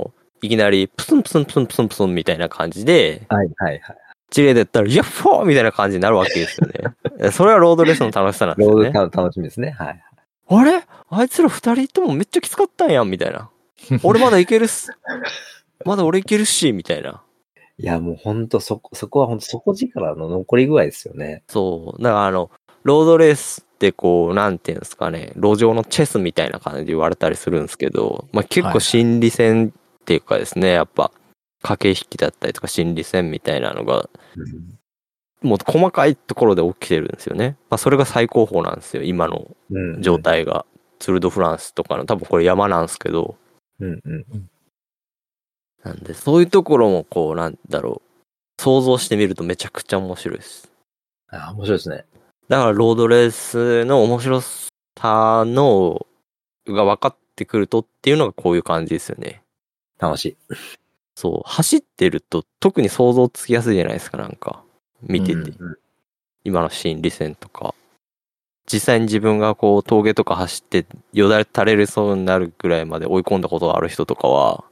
Speaker 1: いきなりプスンプスンプスンプスンプスンみたいな感じで、
Speaker 2: はいはいはい。
Speaker 1: 一例でやったら、ヤッフォーみたいな感じになるわけですよね。それはロードレースの楽しさなんですよね。
Speaker 2: ロード楽しみですね。はい。
Speaker 1: あれあいつら二人ともめっちゃきつかったんやん、みたいな。俺まだいけるっす。まだ俺いけるし、みたいな。
Speaker 2: いや、もうほんと、そこ、そこはほんと底力の残り具合ですよね。
Speaker 1: そう。だからあの、ロードレースってこう、なんていうんですかね、路上のチェスみたいな感じで言われたりするんですけど、まあ結構心理戦っていうかですね、やっぱ、駆け引きだったりとか心理戦みたいなのが、うん、もう細かいところで起きてるんですよね。まあそれが最高峰なんですよ、今の状態が。うんうん、ツール・ド・フランスとかの、多分これ山なんですけど、
Speaker 2: うんうん、
Speaker 1: なんで、そういうところもこう、なんだろう、想像してみるとめちゃくちゃ面白いです。
Speaker 2: ああ、面白いですね。
Speaker 1: だからロードレースの面白さのが分かってくるとっていうのがこういう感じですよね。
Speaker 2: 楽しい。
Speaker 1: そう、走ってると特に想像つきやすいじゃないですか、なんか。見てて。うんうん、今の心理戦とか。実際に自分がこう峠とか走ってよだれ垂れるそうになるぐらいまで追い込んだことがある人とかは、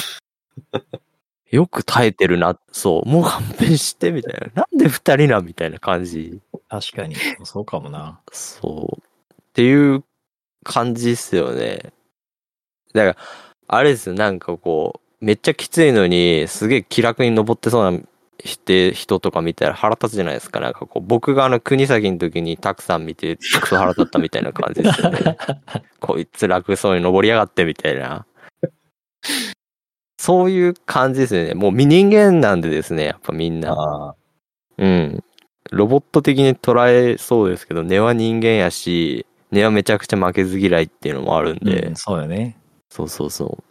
Speaker 1: よく耐えてるな、そう、もう勘弁してみたいな。なんで二人なみたいな感じ。
Speaker 3: 確かに、そうかもな。
Speaker 1: そう。っていう感じっすよね。だから、あれですよ、なんかこう、めっちゃきついのに、すげえ気楽に登ってそうな人とか見たら腹立つじゃないですか。なんかこう、僕があの国崎の時にたくさん見て、クソ腹立ったみたいな感じですよね。こいつ楽そうに登りやがってみたいな。そういう感じですよね。もう人間なんでですね、やっぱみんな。うん。ロボット的に捉えそうですけど、根は人間やし、根はめちゃくちゃ負けず嫌いっていうのもあるんで。
Speaker 3: うん、そうよね。
Speaker 1: そうそうそう。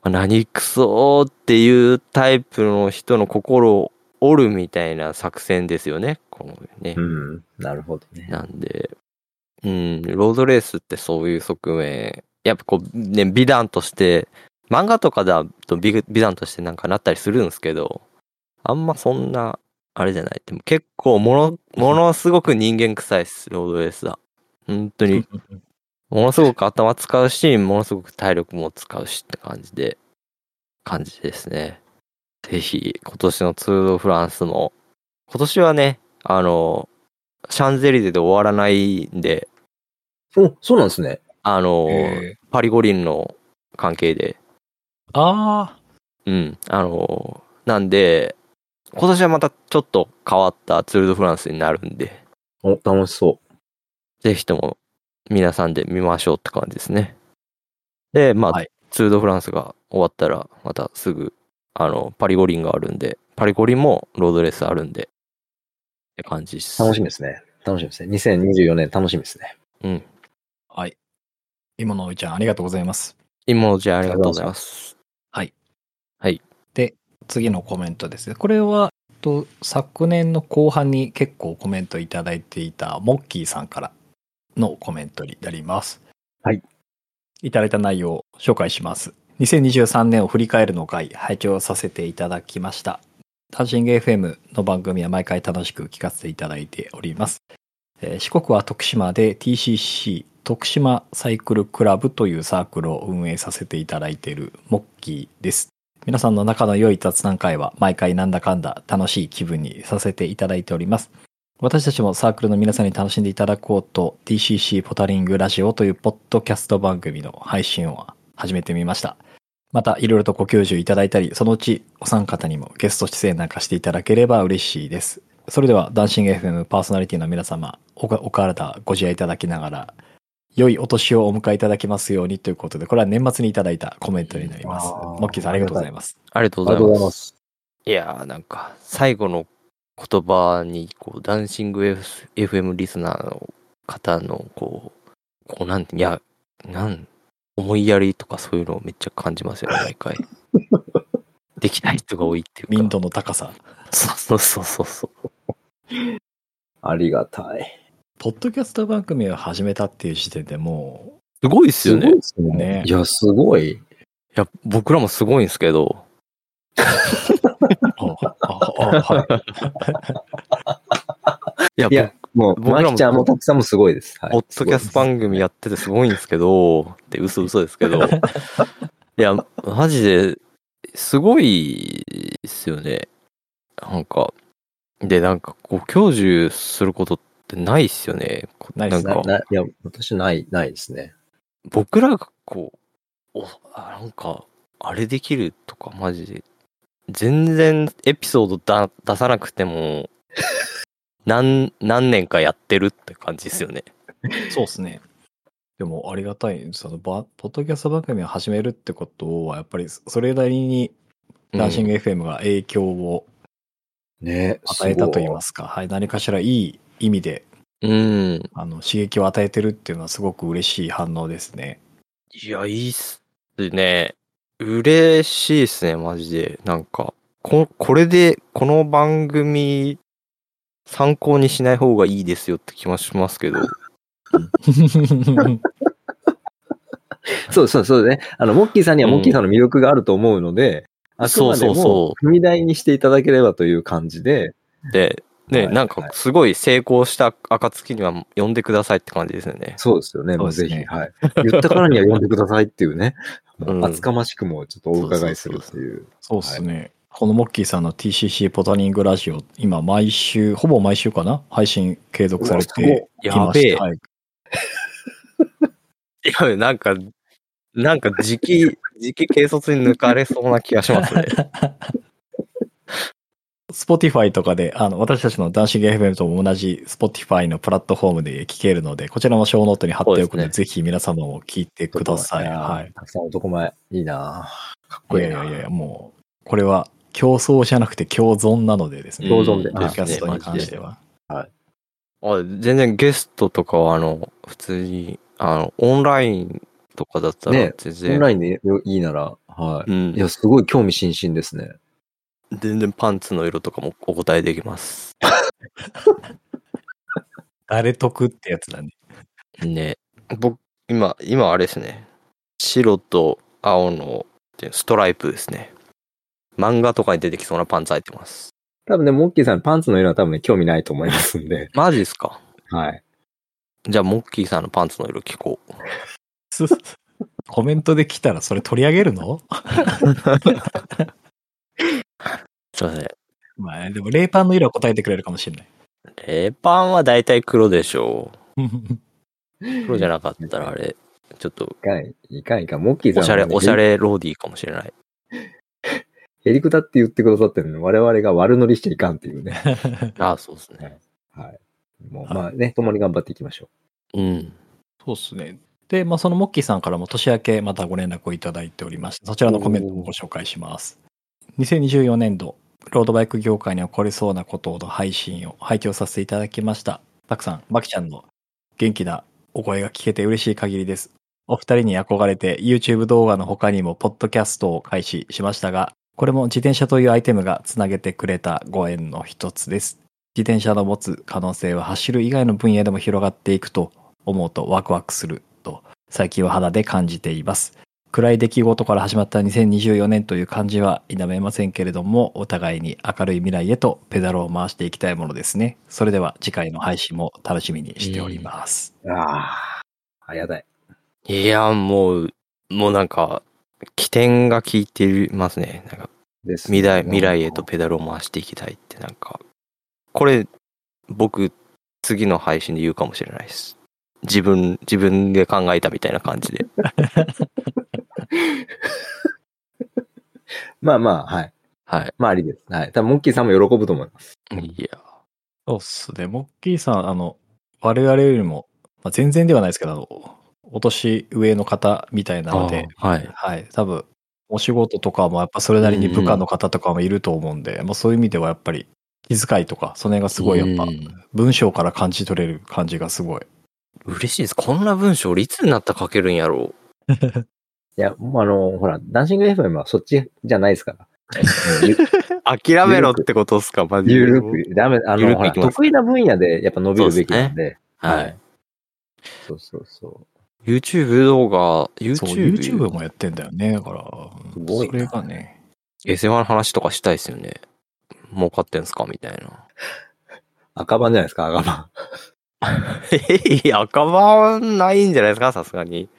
Speaker 1: 何クソっていうタイプの人の心を折るみたいな作戦ですよね。このね。
Speaker 2: うん。なるほどね。
Speaker 1: なんで、うん、ロードレースってそういう側面、やっぱこうね、美談として、漫画とかだと美美談としてなんかなったりするんですけど、あんまそんな、あれじゃない。でも結構もの、ものすごく人間臭いっす、ロードレースは。本当に。ものすごく頭使うし、ものすごく体力も使うしって感じで、感じですね。ぜひ、今年のツール・ド・フランスも、今年はね、あの、シャンゼリゼで終わらないんで。
Speaker 2: お、そうなんですね。
Speaker 1: あの、パリ五輪の関係で。
Speaker 3: ああ。
Speaker 1: うん。あの、なんで、今年はまたちょっと変わったツール・ド・フランスになるんで。
Speaker 2: お、楽しそう。
Speaker 1: ぜひとも皆さんで見ましょうって感じですね。で、まあ、はい、ツール・ド・フランスが終わったら、またすぐ、あの、パリ五輪があるんで、パリ五輪もロードレースあるんで、って感じです。
Speaker 2: 楽しみですね。楽しみですね。にせんにじゅうよねん楽しみですね。
Speaker 1: うん。
Speaker 3: はい。今のおいちゃん、ありがとうございます。
Speaker 1: 今のおいちゃん、ありがとうございます。
Speaker 3: はい。
Speaker 1: はい。
Speaker 3: で、次のコメントですね。これは、と昨年の後半に結構コメントいただいていたモッキーさんからのコメントになります。
Speaker 2: はい。
Speaker 3: いただいた内容を紹介します。にせんにじゅうさんねんを振り返るの回、拝聴させていただきました。ダンシング エフエム の番組は毎回楽しく聞かせていただいております。えー、四国は徳島で ティーシーシー 徳島サイクルクラブというサークルを運営させていただいているモッキーです。皆さんの仲の良い雑談会は毎回なんだかんだ楽しい気分にさせていただいております。私たちもサークルの皆さんに楽しんでいただこうと ティーシーシー ポタリングラジオというポッドキャスト番組の配信を始めてみました。またいろいろとご教授いただいたり、そのうちお三方にもゲスト出演なんかしていただければ嬉しいです。それではダンシング エフエム パーソナリティの皆様、お, お体ご自愛いただきながら良いお年をお迎えいただけますようにということで、これは年末にいただいたコメントになります。モッキーさんありがとうございます。
Speaker 1: ありがとうございます。いやーなんか最後の言葉にこうダンシング エフエム リスナーの方のこうこうなんいやなん思いやりとかそういうのをめっちゃ感じますよね毎回。できない人が多いっていうか。
Speaker 3: 民度の高さ。
Speaker 1: そうそうそうそう。
Speaker 2: ありがたい。
Speaker 3: ポッドキャスト番組を始めたっていう時点でも
Speaker 1: うすごいっすよね。
Speaker 2: すごいっすね。いやすごい。い
Speaker 1: や僕らもすごいんですけど。いや、いや
Speaker 2: もう、マキちゃんもたくさんもすごいです。
Speaker 1: はい、ポッドキャスト番組やっててすごいんですけど、って嘘嘘ですけど、いや、マジで、 すごいですよね。なんか、で、なんか、こう、享受することってないっすよね。
Speaker 3: ないっす
Speaker 2: な
Speaker 1: なんか、
Speaker 2: ないや、私ない、ないですね。
Speaker 1: 僕らがこう、お、あなんか、あれできるとか、マジで、全然エピソードだ出さなくても、何、何年かやってるって感じですよね。
Speaker 3: そうですね。でもありがたい。そのバ、ポッドキャスト番組を始めるってことは、やっぱりそれなりにダンシング エフエムが影響を
Speaker 2: ね、
Speaker 3: 与えたと言いますか、はい、何かしらいい意味で、
Speaker 1: うん。
Speaker 3: あの刺激を与えてるっていうのはすごく嬉しい反応ですね。
Speaker 1: いや、いいっすね。嬉しいっすね、マジで。なんか、こ、これで、この番組、参考にしない方がいいですよって気もしますけど。
Speaker 2: そうそうそうね。あの、モッキーさんにはモッキーさんの魅力があると思うので、あく
Speaker 1: そう
Speaker 2: までも
Speaker 1: そうそ
Speaker 2: 踏み台にしていただければという感じで、
Speaker 1: う。で、ね、
Speaker 2: はい
Speaker 1: なんかすごい成功した暁には呼んでくださいって感じですよね。
Speaker 2: そうですよね。もうぜひ、
Speaker 3: そうですね
Speaker 2: はい。言ったからには呼んでくださいっていうね、も
Speaker 1: う
Speaker 2: うん厚かましくもちょっとお伺いするっていう。
Speaker 3: そうですね。このモッキーさんの ティーシーシー ポタニングラジオ、今毎週、ほぼ毎週かな配信継続されていまして。
Speaker 1: やべえ。
Speaker 3: はい、
Speaker 1: いや、なんか、なんか時期、時期軽率に抜かれそうな気がしますね。
Speaker 3: Spotify とかで、あの、私たちのダンシング エフエム とも同じ Spotify のプラットフォームで聞けるので、こちらもショーノートに貼っておくので、
Speaker 1: そうですね
Speaker 3: ぜひ皆様も聞いてください。はい。
Speaker 2: たくさん男前。いいなかっこいいな。
Speaker 3: いやいやいや、もう、これは競争じゃなくて共存なのでですね。
Speaker 2: 共存で
Speaker 3: ポッドキャストに関しては。
Speaker 2: はい。
Speaker 1: あ、全然ゲストとかは、あの、普通に、あの、オンラインとかだったら
Speaker 2: ね、
Speaker 1: 全然、
Speaker 2: オンラインでいいなら、はい。
Speaker 1: うん
Speaker 2: いや、すごい興味津々ですね。
Speaker 1: 全然パンツの色とかもお答えできます。
Speaker 3: 誰得ってやつだね。
Speaker 1: ね。僕、今、今あれですね。白と青のストライプですね。漫画とかに出てきそうなパンツ履いてます。
Speaker 2: 多分ね、モッキーさんパンツの色は多分ね、興味ないと思いますんで。
Speaker 1: マジですか？
Speaker 2: はい。
Speaker 1: じゃあ、モッキーさんのパンツの色聞こう。
Speaker 3: コメントで来たらそれ取り上げるの？
Speaker 1: すいません。
Speaker 3: まあ、でもレーパンの色は答えてくれるかもしれない。
Speaker 1: レーパンは大体黒でしょう。黒じゃなかったらあれ、ちょっと、
Speaker 2: いかん、いかんいかん。モッキーさんは、
Speaker 1: おしゃれ、
Speaker 2: ね、
Speaker 1: おしゃれローディーかもしれない。
Speaker 2: へりくだって言ってくださってるのに、我々が悪乗りしちゃいかんっていうね。
Speaker 1: ああ、そうですね。
Speaker 2: はい。もう、まあね、共に頑張っていきましょ
Speaker 1: う。うん。
Speaker 3: そうですね。で、まあ、そのモッキーさんからも年明けまたご連絡をいただいておりまして、そちらのコメントもご紹介します。にせんにじゅうよねんど、ロードバイク業界に起こりそうなことの配信を拝聴させていただきました。たくさん、バキちゃんの元気なお声が聞けて嬉しい限りです。お二人に憧れて YouTube 動画の他にもポッドキャストを開始しましたが、これも自転車というアイテムがつなげてくれたご縁の一つです。自転車の持つ可能性は走る以外の分野でも広がっていくと思うとワクワクすると最近は肌で感じています。暗い出来事から始まったにせんにじゅうよねんという感じは否めませんけれども、お互いに明るい未来へとペダルを回していきたいものですね。それでは次回の配信も楽しみにしております。
Speaker 2: う。ああ、ありがたい。
Speaker 1: いや、もう、もうなんか、起点が効いてますね。なんか
Speaker 2: です
Speaker 1: 未来、未来へとペダルを回していきたいってなんか、これ、僕、次の配信で言うかもしれないです。自分、自分で考えたみたいな感じで。
Speaker 2: まあまあ、はい。
Speaker 1: はい。
Speaker 2: まあありです。はい。多分モッキーさんも喜ぶと思います。
Speaker 1: いや。
Speaker 3: そうっすね。モッキーさん、あの、我々よりも、まあ、全然ではないですけど、お年上の方みたいなので、
Speaker 1: はい。
Speaker 3: はい。多分、お仕事とかもやっぱそれなりに部下の方とかもいると思うんで、うんうん、まあそういう意味ではやっぱり気遣いとか、その辺がすごいやっぱ、文章から感じ取れる感じがすごい。
Speaker 1: 嬉しいです。こんな文章俺いつになったら書けるんやろう。
Speaker 2: いや、もうあの、ほら、ダンシング エフエム はそっちじゃないですから。
Speaker 1: 諦めろってことっすか、マジで。
Speaker 2: ゆるく、ダメ、あの、ほら、得意な分野でやっぱ伸びるべきなんで。
Speaker 1: ね、はい。
Speaker 2: そうそうそう。
Speaker 1: YouTube 動画、YouTube。
Speaker 3: そう、YouTube もやってんだよね。だから、すごいそれがね。
Speaker 1: エセワの話とかしたいですよね。儲かってんすかみたいな。
Speaker 2: 赤番じゃないですか、赤番。
Speaker 1: えい、赤番ないんじゃないですか、さすがに。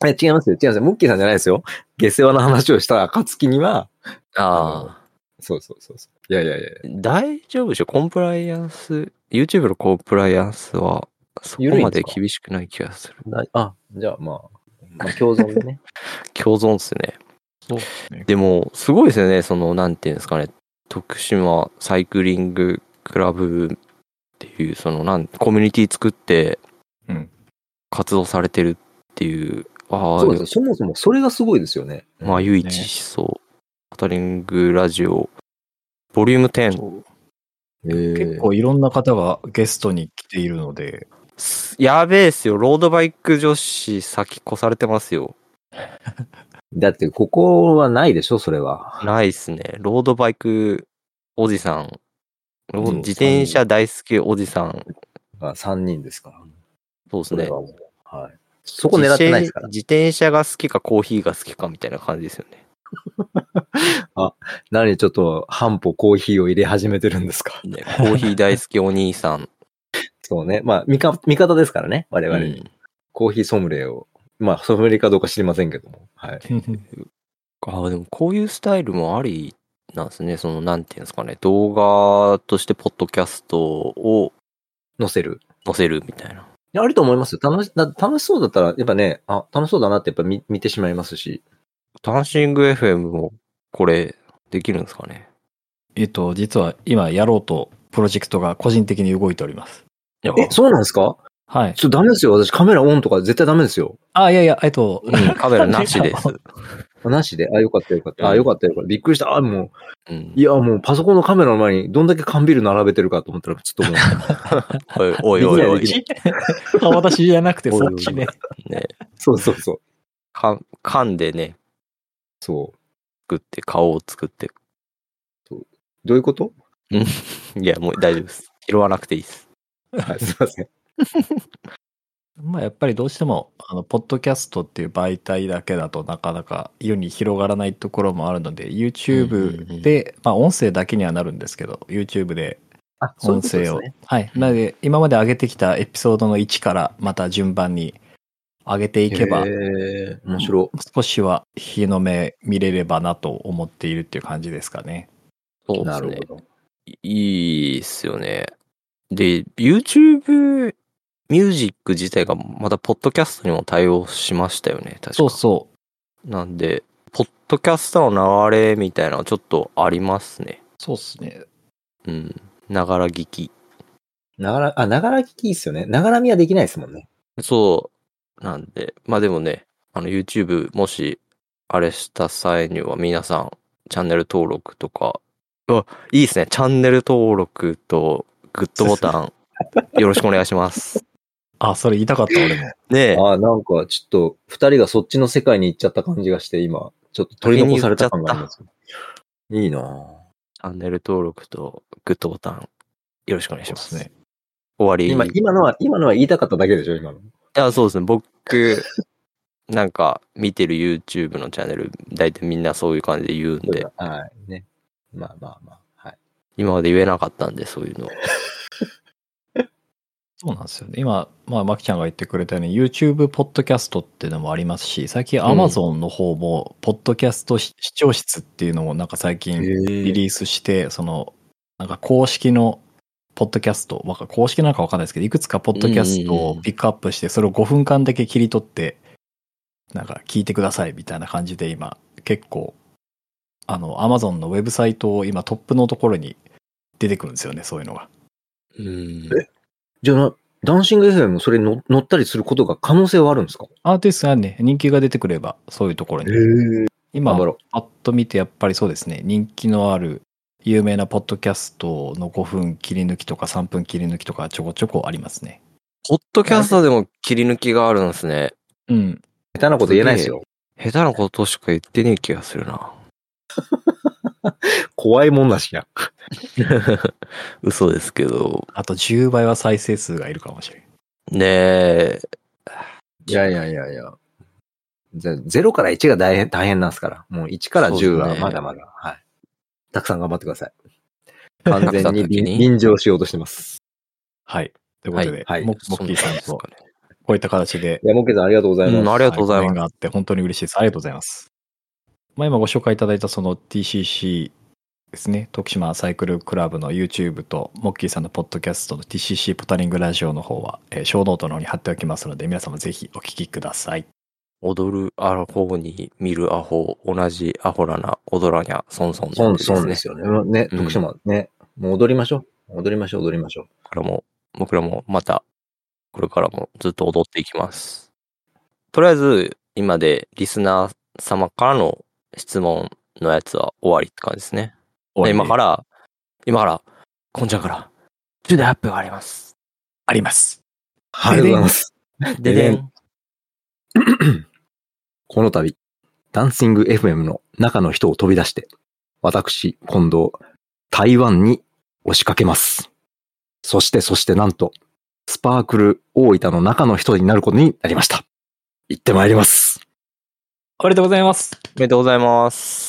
Speaker 2: え、違いますよ、違いますよ。ムッキーさんじゃないですよ。下世話の話をした暁には、
Speaker 1: ああ。
Speaker 2: そうそうそうそう。いやいやいや。
Speaker 1: 大丈夫でしょコンプライアンス、YouTube のコンプライアンスは、そこまで厳しくない気がする。
Speaker 2: あ、じゃあまあ、まあ、共存でね。
Speaker 1: 共存っすね。
Speaker 3: そうですね。
Speaker 1: でも、すごいですよね。その、なんていうんですかね。徳島サイクリングクラブっていう、その、なん、コミュニティ作って、
Speaker 3: うん。
Speaker 1: 活動されてるっていう。ああ、
Speaker 2: そうですよ。そもそもそれがすごいですよね。
Speaker 1: まあ、唯一思想、カタリングラジオ、ボリュームテン。
Speaker 2: えー、
Speaker 3: 結構いろんな方がゲストに来ているので。
Speaker 1: やべえっすよ。ロードバイク女子先越されてますよ。
Speaker 2: だって、ここはないでしょ、それは。
Speaker 1: ないっすね。ロードバイクおじさん。
Speaker 2: うん、
Speaker 1: 自転車大好きおじさん。
Speaker 2: あ、さんにんですから。
Speaker 1: そうですね。
Speaker 2: はい。そこ狙ってないですから。
Speaker 1: 自転車が好きかコーヒーが好きかみたいな感じですよね。
Speaker 2: あ、何ちょっと半歩コーヒーを入れ始めてるんですか。
Speaker 1: ね、コーヒー大好きお兄さん。
Speaker 2: そうね。まあ、味方、味方ですからね、我々、うん。コーヒーソムリエを。まあ、ソムリエかどうか知りませんけども。はい。
Speaker 1: ああ、でもこういうスタイルもありなんですね。その、なんていうんですかね。動画としてポッドキャストを
Speaker 2: 載せる。
Speaker 1: 載せるみたいな。
Speaker 2: いや、あると思いますよ。楽し、だ楽しそうだったら、やっぱね、あ、楽しそうだなってやっぱ見、見てしまいますし。
Speaker 1: ダンシング エフエム もこれできるんですかね。
Speaker 3: えっと、実は今やろうとプロジェクトが個人的に動いております。
Speaker 2: え、そうなんですか？
Speaker 3: はい。
Speaker 2: ちょっとダメですよ。私カメラオンとか絶対ダメですよ。
Speaker 3: あ、いやいや、えっと、
Speaker 1: うん、カメラなしです。
Speaker 2: なしで、あ、よかったよかった。あ、よかったよかった。びっくりした。あ、もう、うん、いや、もうパソコンのカメラの前にどんだけ缶ビール並べてるかと思ったら、ちょっともう。
Speaker 1: おいおいおいおい。
Speaker 3: 私じゃなくてそっちね。
Speaker 2: ね。そうそうそう。
Speaker 1: か缶でね。
Speaker 2: そう。
Speaker 1: 作って、顔を作って。
Speaker 2: そう。どういうこと
Speaker 1: いや、もう大丈夫です。拾わなくていいです。
Speaker 2: はい、すいません。
Speaker 3: まあやっぱりどうしても、あの、ポッドキャストっていう媒体だけだとなかなか世に広がらないところもあるので、YouTube で、まあ音声だけにはなるんですけど、YouTube で音声を。はい。なので、今まで上げてきたエピソードのいちからまた順番に上げていけば、
Speaker 2: 面白い。
Speaker 3: 少しは日の目見れればなと思っているっていう感じですかね。
Speaker 1: そうですね。いいっすよね。で、YouTube ミュージック自体がまだポッドキャストにも対応しましたよね、確か。
Speaker 3: そうそう。
Speaker 1: なんで、ポッドキャストの流れみたいなのはちょっとありますね。
Speaker 3: そうっすね。
Speaker 1: うん。ながら聞き。
Speaker 2: ながら、あ、ながら聞きいいっすよね。ながら見はできないですもんね。
Speaker 1: そう。なんで、まあでもね、あの YouTube もし、あれした際には皆さん、チャンネル登録とか、あ、いいですね。チャンネル登録とグッドボタン、よろしくお願いします。
Speaker 3: あ、それ言いたかった俺も。
Speaker 1: ねえ。
Speaker 2: あ、なんかちょっと、二人がそっちの世界に行っちゃった感じがして、今、ちょっと取り残された感があります。いいなぁ。
Speaker 1: チャンネル登録とグッドボタン、よろしくお願いします。
Speaker 3: ね。
Speaker 1: 終わり。
Speaker 2: 今、今のは、今のは言いたかっただけでしょ、今の。い
Speaker 1: や、そうですね。僕、なんか、見てる YouTube のチャンネル、大体みんなそういう感じで言うんで。
Speaker 2: はい。ね。まあまあまあ。はい。
Speaker 1: 今まで言えなかったんで、そういうの。
Speaker 3: そうなんですよね。今、まあ、マキちゃんが言ってくれたように、YouTube ポッドキャストっていうのもありますし、最近 Amazon の方も、ポッドキャスト視聴室っていうのをなんか最近リリースして、その、なんか公式のポッドキャスト、公式なのかわかんないですけど、いくつかポッドキャストをピックアップして、それをごふんかんだけ切り取って、なんか聞いてくださいみたいな感じで今、結構、あの、Amazon のウェブサイトを今トップのところに出てくるんですよね、そういうのが。
Speaker 1: うん。
Speaker 2: えじゃあ、ダンシング エフエム もそれに乗ったりすることが可能性はあるんですか？
Speaker 3: あ、ですがね、人気が出てくれば、そういうところに。今、パッと見てやっぱりそうですね、人気のある有名なポッドキャストのごふん切り抜きとかさんぷん切り抜きとかちょこちょこありますね。
Speaker 1: ポッドキャストでも切り抜きがあるんですね。
Speaker 3: うん。
Speaker 2: 下手なこと言えないですよ。
Speaker 1: 下手なことしか言ってねえ気がするな。
Speaker 2: 怖いもんなしや。
Speaker 1: 嘘ですけど。
Speaker 3: あとじゅうばいは再生数がいるかもしれん。
Speaker 1: ねえ。
Speaker 2: いやいやいやいや。ゼロからいちが大変、大変なんですから。もういちからじゅうはまだまだ。ね、はい。たくさん頑張ってください。完全に便乗しようとしてます。
Speaker 3: はい。ということで、はい、モッキーさんとこういった形で。
Speaker 2: いや、モッケさんありがとうございます。うん、
Speaker 1: ありがとうございます。
Speaker 3: はい、があって本当に嬉しいです。ありがとうございます。まあ、今ご紹介いただいたその ティーシーシー ですね、徳島サイクルクラブの YouTube とモッキーさんのポッドキャストの ティーシーシー ポタリングラジオの方は、えー、ショーノートの方に貼っておきますので、皆様ぜひお聞きください。
Speaker 1: 踊るアホに見るアホ、同じアホらな、踊らにゃ、ソンソン
Speaker 2: ですね。ソンソンですよね。ね、徳島ね、もう踊りましょう。踊りましょう、踊りましょう。
Speaker 1: これも、僕らもまた、これからもずっと踊っていきます。とりあえず、今でリスナー様からの質問のやつは終わりって感じですね。で今から、今から、こんちゃんから、重大発表があります。
Speaker 3: あります。
Speaker 2: ありがとうございます。
Speaker 1: ででん。
Speaker 2: この度、ダンシング エフエム の中の人を飛び出して、私、今度、台湾に押しかけます。そして、そしてなんと、スパークル大分の中の人になることになりました。行ってまいります。
Speaker 3: おめでとうございます。
Speaker 1: おめでとうございます。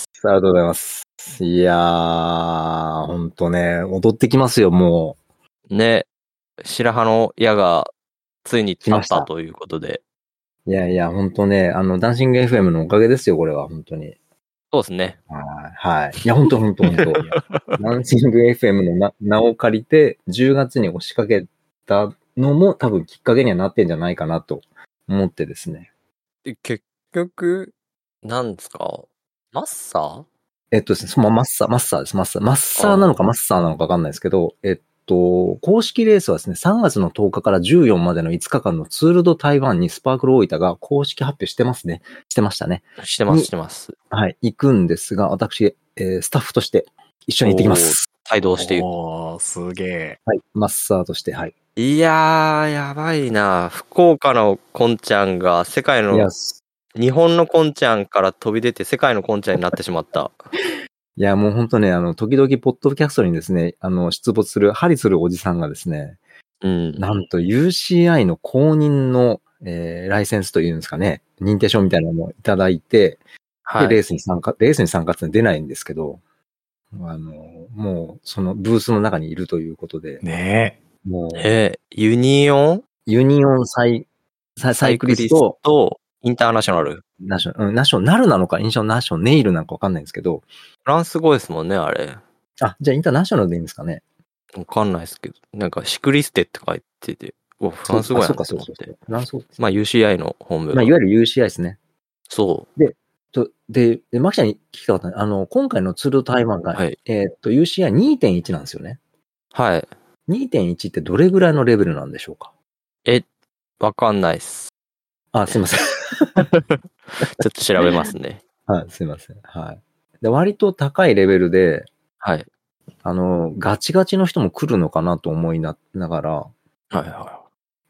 Speaker 2: ありがとうございます。いやー、ほんとね、踊ってきますよ、も
Speaker 1: う。ね、白羽の矢がついに立ったということで。
Speaker 2: いやいや、ほんとね、あの、ダンシング エフエム のおかげですよ、これは、本当に。
Speaker 1: そうですね。
Speaker 2: はい。いや、ほんとほんとほんと。ダンシング エフエム のな名を借りて、じゅうがつに押しかけたのも多分きっかけにはなってんじゃないかなと思ってですね。
Speaker 1: で結局、なんですかマッサー
Speaker 2: えっとですね、そのマッサー、マッサーです、マッサー。マッサーなのかマッサーなのかわかんないですけど、えっと、公式レースはですね、さんがつのとおかからじゅうよっかまでのいつかかんのツールド台湾にスパークル大分が公式発表してますね。してましたね。
Speaker 1: してます、してます。
Speaker 2: はい、行くんですが、私、えー、スタッフとして一緒に行ってきます。
Speaker 1: 帯同していく。
Speaker 3: おー、すげえ。
Speaker 2: はい、マッサーとして、はい。
Speaker 1: いやー、やばいな。福岡のこんちゃんが世界の、日本のこんちゃんから飛び出て世界のこんちゃんになってしまった。
Speaker 2: いや、もうほんとね、あの、時々ポッドキャストにですね、あの、出没する、ハリするおじさんがですね、
Speaker 1: うん、
Speaker 2: なんと ユーシーアイ の公認の、えー、ライセンスというんですかね、認定証みたいなのをいただいて、はい、で、レースに参加、レースに参加って出ないんですけど、あの、もう、そのブースの中にいるということで。
Speaker 3: ね
Speaker 2: え。もう。
Speaker 1: えー、ユニオン
Speaker 2: ユニオンサイ、サイクリスト
Speaker 1: と、インターナショナル。
Speaker 2: ナショナル、うん、ナショナルなのか、インショナショネイルなのかわかんないんですけど。
Speaker 1: フランス語ですもんね、あれ。
Speaker 2: あ、じゃあインターナショナルでいいんですかね。
Speaker 1: わかんないですけど、なんかシクリステって書いてて、お、フランス語やんと思って。そうかそうそうフランス語です。まあ ユーシーアイ の本部。
Speaker 2: まあいわゆる ユーシーアイ ですね。
Speaker 1: そう。
Speaker 2: で、とで、でマキちゃんに聞きたかったね。あの、今回のツールド台湾が、はい、えー、っと、ユーシーアイにてんいち なんですよね。
Speaker 1: はい。
Speaker 2: にてんいち ってどれぐらいのレベルなんでしょうか？
Speaker 1: え、わかんないっす。
Speaker 2: あ、すいません。ち
Speaker 1: ょっと調べますね。
Speaker 2: はい、すいません。はい。で、割と高いレベルで、
Speaker 1: はい。
Speaker 2: あの、ガチガチの人も来るのかなと思いながら、
Speaker 1: はいはい。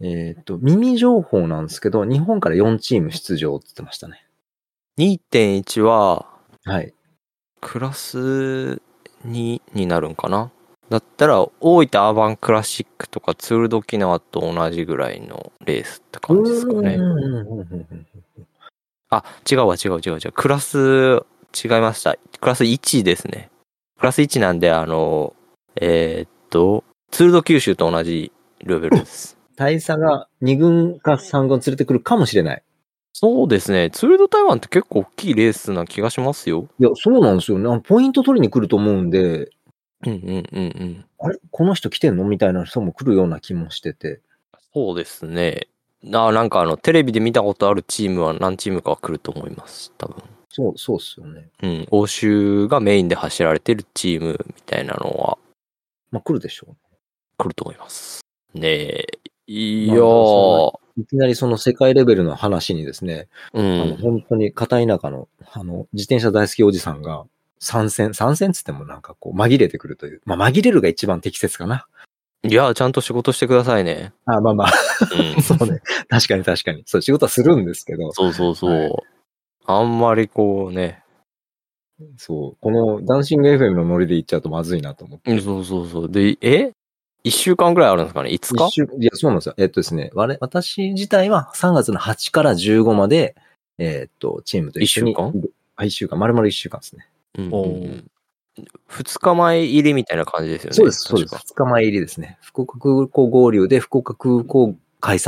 Speaker 2: えっと、耳情報なんですけど、日本からよんチーム出場って言ってましたね。
Speaker 1: にてんいち は、
Speaker 2: はい。
Speaker 1: クラスにになるんかな？だったら、大分アーバンクラシックとかツールド沖縄と同じぐらいのレースって感じですかね。あ、違うわ、違う違う違う。クラス、違いました。クラスいちですね。クラスいちなんで、あの、えー、っと、ツールド九州と同じレベルです。
Speaker 2: 大差がに軍かさん軍連れてくるかもしれない。
Speaker 1: そうですね。ツールド台湾って結構大きいレースな気がしますよ。
Speaker 2: いや、そうなんですよね。ポイント取りに来ると思うんで、
Speaker 1: うんうんうんうん。
Speaker 2: あれこの人来てんのみたいな人も来るような気もしてて。
Speaker 1: そうですね。あ、なんかあの、テレビで見たことあるチームは何チームかは来ると思います。多分。
Speaker 2: そう、そうっすよね。
Speaker 1: うん。欧州がメインで走られてるチームみたいなのは。
Speaker 2: まあ来るでしょう。
Speaker 1: 来ると思います。ねえ。いやー。
Speaker 2: いきなりその世界レベルの話にですね、
Speaker 1: うん、
Speaker 2: あの本当に片田舎のあの自転車大好きおじさんが参戦、参戦つってもなんかこう紛れてくるという。まあ紛れるが一番適切かな。
Speaker 1: いや、ちゃんと仕事してくださいね。
Speaker 2: あ、まあまあ。うん、そうね。確かに確かに。そう、仕事はするんですけど。
Speaker 1: そうそうそう。はい、あんまりこうね。
Speaker 2: そう。このダンシング エフエム のノリで行っちゃうとまずいなと思って。
Speaker 1: そうそうそう。で、え一週間ぐらいあるんですかね？いつか？
Speaker 2: 一週、いや、そうなんですよ。えっとですね、私自体はさんがつのはちからじゅうごまで、えー、っと、チームと一緒に。
Speaker 1: 一週間？
Speaker 2: あ、一週間。丸々一週間ですね。
Speaker 1: うんうんうん二日前入りみたいな感じですよね。
Speaker 2: そうです、そうです。二日前入りですね。福岡空港合流で福岡空港解散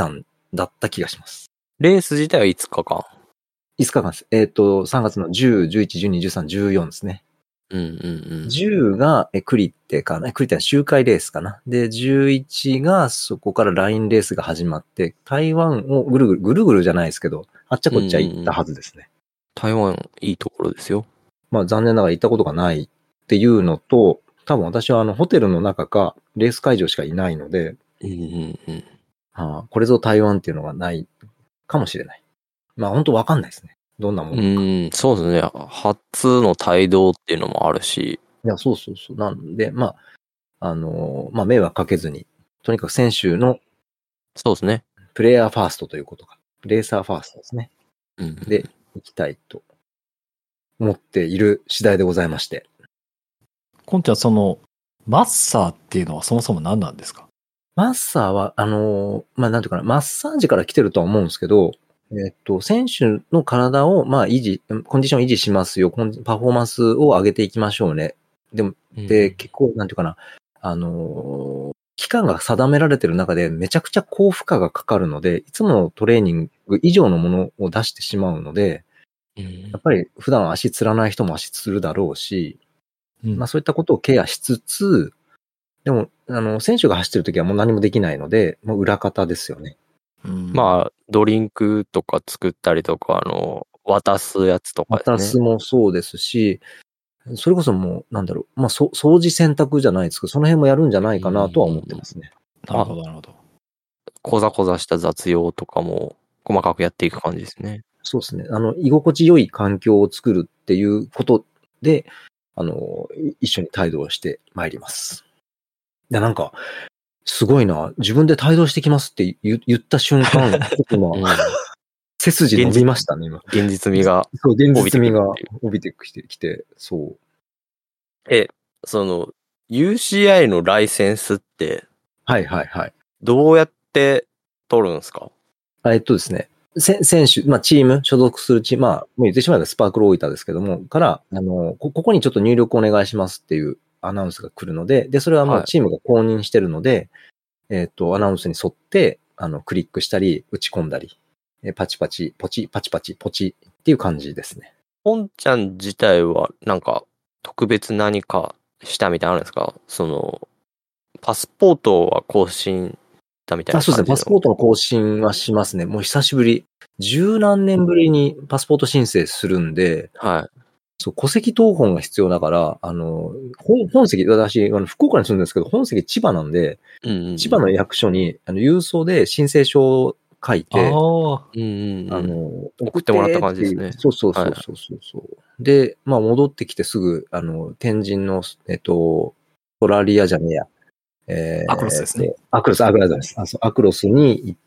Speaker 2: だった気がします。
Speaker 1: レース自体はいつかかん。
Speaker 2: いつかかんです。えっと、さんがつのじゅう、じゅういち、じゅうに、じゅうさん、じゅうよんですね。
Speaker 1: うんうんうん。
Speaker 2: じゅうがえクリテかな。クリテは周回レースかな。で、じゅういちがそこからラインレースが始まって、台湾をぐるぐる、ぐるぐるじゃないですけど、あっちゃこっちゃ行ったはずですね。うんうんうん、
Speaker 1: 台湾いいところですよ。
Speaker 2: まあ残念ながら行ったことがないっていうのと、多分私はあのホテルの中かレース会場しかいないので、
Speaker 1: うんうんうん、
Speaker 2: はあ、これぞ台湾っていうのがないかもしれない。まあ本当わかんないですね。どんなものか。
Speaker 1: うん、そうですね。初の帯同っていうのもあるし。
Speaker 2: いや、そうそうそう。なんで、まあ、あのー、まあ迷惑かけずに、とにかく選手の、
Speaker 1: そうですね。
Speaker 2: プレイヤーファーストということか。レーサーファーストですね。
Speaker 1: うん、
Speaker 2: で、行きたいと思っている次第でございまして。
Speaker 3: こんちゃん、その、マッサーっていうのはそもそも何なんですか？
Speaker 2: マッサーは、あのー、まあ、なんていうかな、マッサージから来てるとは思うんですけど、えっと、選手の体を、まあ、維持、コンディション維持しますよ。パフォーマンスを上げていきましょうね。でも、で、結構、なんていうかな、あのー、期間が定められてる中でめちゃくちゃ高負荷がかかるので、いつものトレーニング以上のものを出してしまうので、
Speaker 1: うん、
Speaker 2: やっぱり普段足つらない人も足つるだろうし、
Speaker 3: うん、
Speaker 2: まあそういったことをケアしつつ、でも、あの、選手が走ってるときはもう何もできないので、もう裏方ですよね。
Speaker 3: うん、
Speaker 1: まあ、ドリンクとか作ったりとか、あの、渡すやつとかですね。
Speaker 2: 渡すもそうですし、それこそもう、なんだろう、まあ、そ掃除洗濯じゃないですけど、その辺もやるんじゃないかなとは思ってますね。
Speaker 3: なるほど、なるほど。
Speaker 1: こざこざした雑用とかも細かくやっていく感じですね。
Speaker 2: そうですね。あの、居心地良い環境を作るっていうことで、あの、一緒に帯同してまいります。いや、なんか、すごいな。自分で帯同してきますって言った瞬間、今、うん、背筋伸びましたね、今。
Speaker 1: 現実味が。
Speaker 2: そう、現実味が帯びてきて、そう。
Speaker 1: え、その、ユーシーアイ のライセンスって、
Speaker 2: はいはいはい。
Speaker 1: どうやって取るんですか？
Speaker 2: えっとですね、選手、まあチーム、所属するチーム、まあ、もう言ってしまえばスパークル大分ですけども、から、あの、ここにちょっと入力お願いしますっていうアナウンスが来るので、で、それはもうチームが公認してるので、はい、えっと、アナウンスに沿って、あの、クリックしたり、打ち込んだり、パチパチ、ポチ、パチパチ、ポチっていう感じですね。
Speaker 1: 本ちゃん自体は、なんか、特別何かしたみたいなのあるんですか？その、パスポートは更新だみたいな感じ。
Speaker 2: あ、そうですね。パスポートの更新はしますね。もう久しぶり。十何年ぶりにパスポート申請するんで、
Speaker 1: はい。
Speaker 2: そう、戸籍謄本が必要だから、あの、本、本籍、私、あの、福岡に住んでるんですけど、本籍千葉なんで、
Speaker 1: うんうんうん、
Speaker 2: 千葉の役所に、あの、郵送で申請書を書いて、あ、
Speaker 1: うんうんうん、
Speaker 2: あの、
Speaker 1: 送ってもらった感じですね。
Speaker 2: そうそうそうそうそうそう、はい。で、まあ、戻ってきてすぐ、あの、天神の、えっと、トラリアじゃねえや。えー、
Speaker 3: アクロスですね。
Speaker 2: アクロス、アクロスです。あ、そう、アクロスに行って、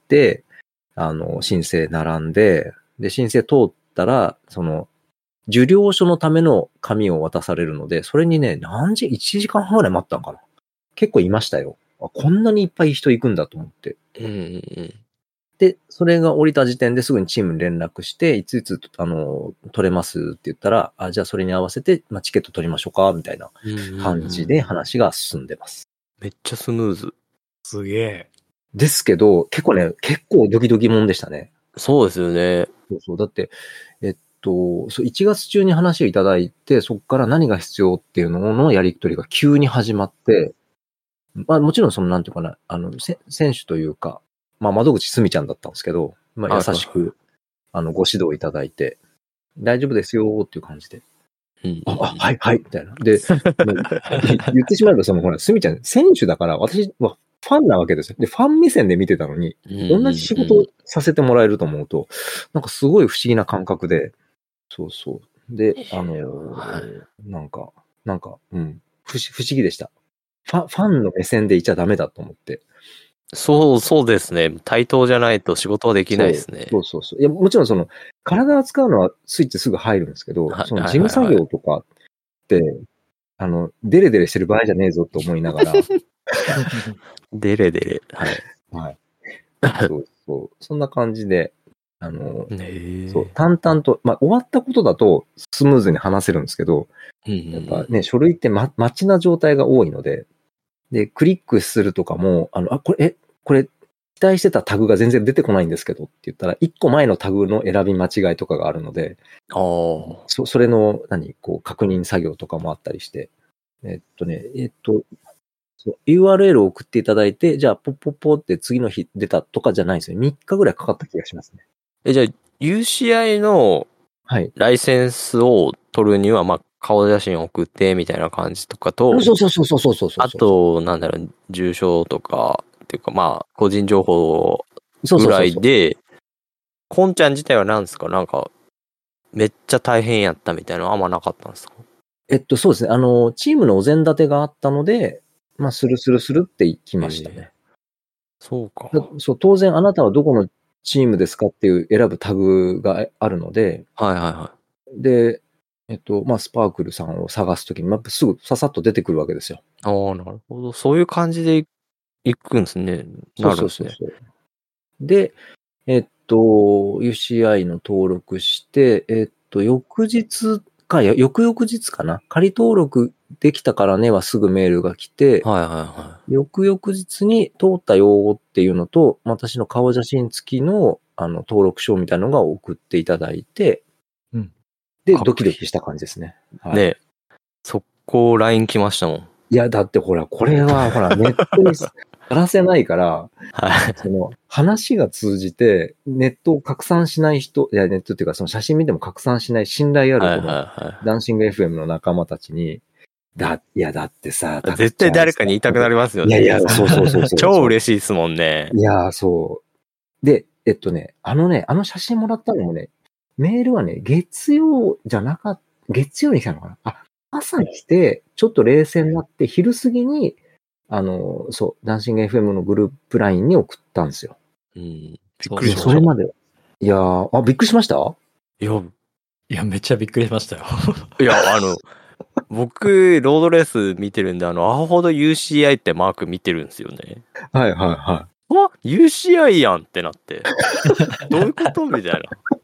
Speaker 2: あの、申請並んで、で、申請通ったら、その、受領書のための紙を渡されるので、それにね、何時、いちじかんはんぐらい待ったのかな。結構いましたよ。あ、こんなにいっぱい人行くんだと思って。
Speaker 1: うんうんうん、
Speaker 2: で、それが降りた時点ですぐにチームに連絡して、いついつ、あの、取れますって言ったら、あ、じゃあそれに合わせて、まあ、チケット取りましょうか、みたいな感じで話が進んでます。
Speaker 1: めっちゃスムーズ。
Speaker 3: すげえ。
Speaker 2: ですけど、結構ね、結構ドキドキもんでしたね。
Speaker 1: そうですよね。
Speaker 2: そうそう。だって、えっと、いちがつ中に話をいただいて、そこから何が必要っていうののやり取りが急に始まって、まあもちろんそのなんていうかな、あの、選手というか、まあ窓口すみちゃんだったんですけど、まあ優しく、あの、ご指導いただいて、大丈夫ですよっていう感じで。
Speaker 1: うん、
Speaker 2: あ、あ、はい、はい、みたいな。で、言ってしまえばその、ほら、すみちゃん、選手だから、私はファンなわけですよ。で、ファン目線で見てたのに、同じ仕事させてもらえると思うと、なんかすごい不思議な感覚で、そうそう。で、あのー、なんか、なんか、うん、不思、不思議でした。ファン、ファンの目線でいちゃダメだと思って。
Speaker 1: そう、そうですね。対等じゃないと仕事はできないですね。
Speaker 2: そうそうそう。いや、もちろんその、体を使うのはスイッチすぐ入るんですけど、はい、その事務作業とかって、あの、デレデレしてる場合じゃねえぞと思いながら。
Speaker 1: デレデレ。はい。
Speaker 2: はい。そうそう。そんな感じで、あの、
Speaker 1: そう、
Speaker 2: 淡々と、まあ、終わったことだとスムーズに話せるんですけど、やっぱね、書類ってま、待ちな状態が多いので、で、クリックするとかも、あの、あ、これ、え、これ、 待してたタグが全然出てこないんですけどって言ったら、いっこまえのタグの選び間違いとかがあるので、
Speaker 1: ああ。
Speaker 2: そそれの、何、こう、確認作業とかもあったりして、えっとね、えっと、そう ユーアールエル を送っていただいて、じゃあ、ポッポッポって次の日出たとかじゃないんですよ。みっかぐらいかかった気がしますね。
Speaker 1: え、じゃあ、ユーシーアイ の
Speaker 2: はい。
Speaker 1: ライセンスを取るには、まあ、顔写真送ってみたいな感じとかと、
Speaker 2: そうそうそうそうそうそうそう。
Speaker 1: あと、なんだろう、住所とか、っていうか、まあ、個人情報ぐら
Speaker 2: そうそうそうそう。
Speaker 1: いで、こんちゃん自体は何ですかなんか、めっちゃ大変やったみたいなのあんまなかったんですか？
Speaker 2: えっと、そうですね。あの、チームのお膳立てがあったので、まあ、スルスルスルっていきましたね。
Speaker 1: えーそうか。
Speaker 2: そう、当然あなたはどこのチームですかっていう選ぶタグがあるので、
Speaker 1: はいはいは
Speaker 2: で、えっと、まあ、スパークルさんを探すときに、まあ、すぐささっと出てくるわけですよ。
Speaker 1: い。ああ、なるほど。そういう感じで行くんですね。
Speaker 2: そう
Speaker 1: なるんですね。
Speaker 2: そうそうそう。で、えっと、ユーシーアイ の登録して、えっと、翌日か、や翌々日かな。仮登録できたからねはすぐメールが来て、
Speaker 1: はいはいは
Speaker 2: 翌々日に通ったよっていうのと、私の顔写真付きの、あの、登録証みたいなのが送っていただいて、
Speaker 3: うん
Speaker 2: で、
Speaker 1: かっこいい
Speaker 2: ドキドキした感じですね。はい、
Speaker 1: ねえ。速攻 ライン 来ましたもん。
Speaker 2: いや、だってほら、これは、ほら、ネットにさらせないから、
Speaker 1: はい。
Speaker 2: その、話が通じて、ネットを拡散しない人、いや、ネットっていうか、その写真見ても拡散しない信頼ある、この、
Speaker 1: はいは
Speaker 2: ダンシング エフエム の仲間たちに、だ、いや、だってさ、
Speaker 1: いはい。絶対誰かに言いたくなりますよね。
Speaker 2: いやいや、そうそうそうそう。
Speaker 1: 超嬉しいですもんね。
Speaker 2: いや、そう。で、えっとね、あのね、あの写真もらったのもね、メールはね、月曜じゃなかった、月曜に来たのかなあ、朝来て、ちょっと冷静になって、昼過ぎに、あの、そう、ダンシング エフエム のグループラインに送ったんですよ。
Speaker 1: うん。びっ
Speaker 3: そう
Speaker 1: くりしました。
Speaker 2: それまで。いやー、あ、びっくりしました
Speaker 1: いや、
Speaker 3: いや、めっちゃびっくりしましたよ。
Speaker 1: いや、あの、僕、ロードレース見てるんで、あの、アホほど ユーシーアイ ってマーク見てるんですよね。
Speaker 2: はいはいは
Speaker 1: あ ユーシーアイ やんってなって。どういうことみたいな。
Speaker 2: い。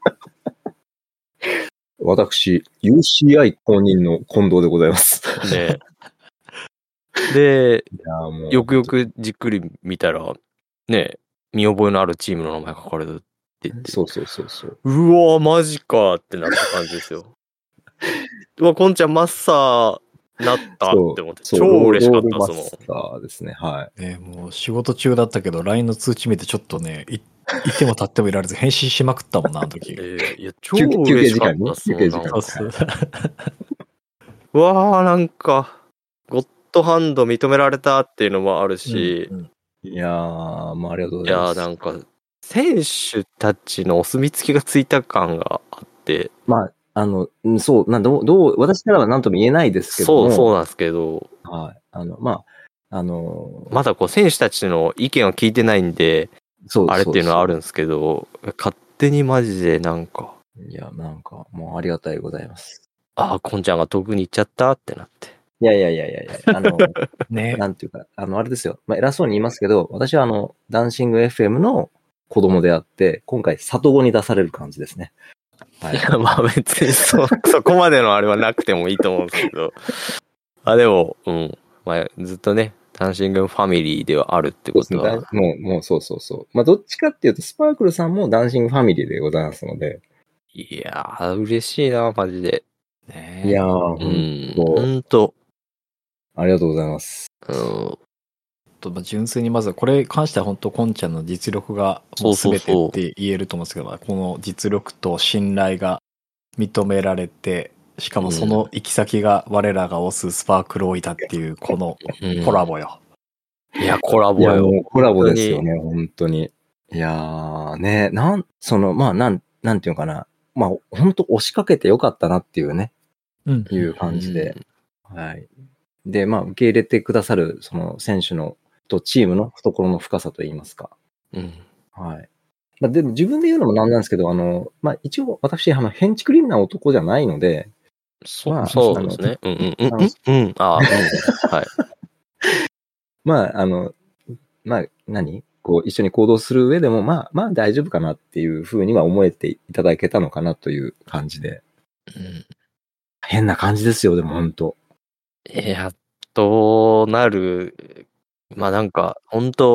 Speaker 2: 私、ユーシーアイ 公認の近藤でございます。
Speaker 1: ねで、
Speaker 2: いやーもう
Speaker 1: よくよくじっくり見たら、ね、見覚えのあるチームの名前書かれてって言って、
Speaker 2: そうそうそうそう。
Speaker 1: うわマジかってなった感じですよ。うわ、こんちゃんマッサーなったって思って、
Speaker 2: そう
Speaker 1: 超嬉しかった
Speaker 2: ロード
Speaker 1: ですもん。
Speaker 2: マスターですね、はい。
Speaker 3: ね、もう仕事中だったけど、ライン の通知見てちょっとね、いいても立ってもいられず返信しまくったもんな、あの時。
Speaker 1: えー、いや、超
Speaker 2: 休憩
Speaker 1: 嬉しかったっすもん。
Speaker 2: 休憩時間ね
Speaker 1: なんか
Speaker 3: そうそう。
Speaker 1: うわーなんか、ゴッドハンド認められたっていうのもあるし、
Speaker 3: うんうん
Speaker 2: いやー、もうありがとうご
Speaker 1: いやー
Speaker 2: ざいます。
Speaker 1: なんか、選手たちのお墨付きがついた感があって、
Speaker 2: まあ、あの、うんそう、なんどう、どう、私からは何とも言えないですけども。
Speaker 1: そう、そうなんですけど、
Speaker 2: はい。あの、まあ、あの、
Speaker 1: まだこう選手たちの意見を聞いてないんで、
Speaker 2: そう
Speaker 1: あれっていうのはあるん
Speaker 2: ん
Speaker 1: ですけど、勝手にマジでなんか、
Speaker 2: いや、なんか、もうありがたいございます。
Speaker 1: ああ、こんちゃんが遠くに行っちゃったってなって。
Speaker 2: いやいやいやいやいや、あの、
Speaker 3: ね。
Speaker 2: なんていうか、あの、あれですよ。まあ、偉そうに言いますけど、私はあの、ダンシング エフエム の子供であって、今回、里子に出される感じですね。はい
Speaker 1: い。や、まあ別にそ、そこまでのあれはなくてもいいと思うんですけど。あ、でも、うん。まあずっとね、ダンシングファミリーではあるって
Speaker 2: そうですね。
Speaker 1: ことは。
Speaker 2: だもう、もうそうそうそう。まあ、どっちかっていうと、スパークルさんもダンシングファミリーでございますので。
Speaker 1: いやー、嬉しいな、マジで。
Speaker 3: ね
Speaker 2: いやー、
Speaker 1: うん、
Speaker 2: ほんと、
Speaker 1: ほんと。
Speaker 2: ありがとうございます。
Speaker 1: うん、
Speaker 3: とまあ純粋にまずはこれに関しては本当こんちゃんの実力がもう全てって言えると思うんですけど、この実力と信頼が認められて、しかもその行き先が我らが推すスパークルオイダっていうこのコラボよ。
Speaker 1: うん、いや、コラボ
Speaker 2: いや、
Speaker 1: よ。
Speaker 2: もうコラボですよね、本当に。いやー、ね、なん、その、まあ、なん、なんていうのかな。まあ、本当押しかけてよかったなっていうね、
Speaker 3: うん。
Speaker 2: いう感じで。はい。で、まあ、受け入れてくださる、その選手の、とチームの懐の深さといいますか。
Speaker 1: うん。
Speaker 2: はい。まあ、でも自分で言うのもなんなんですけど、あの、まあ、一応私、あの、ヘンチクリーンな男じゃないので、
Speaker 1: そ、
Speaker 2: まあ
Speaker 1: そうですね。うんうんうん。うん、うん。ああ、うん。はい。
Speaker 2: まあ、あの、まあ、何こう、一緒に行動する上でも、まあ、まあ大丈夫かなっていうふうには思えていただけたのかなという感じで。
Speaker 1: うん、
Speaker 2: 変な感じですよ、でも本当。
Speaker 1: やっとなる。まあなんか、本当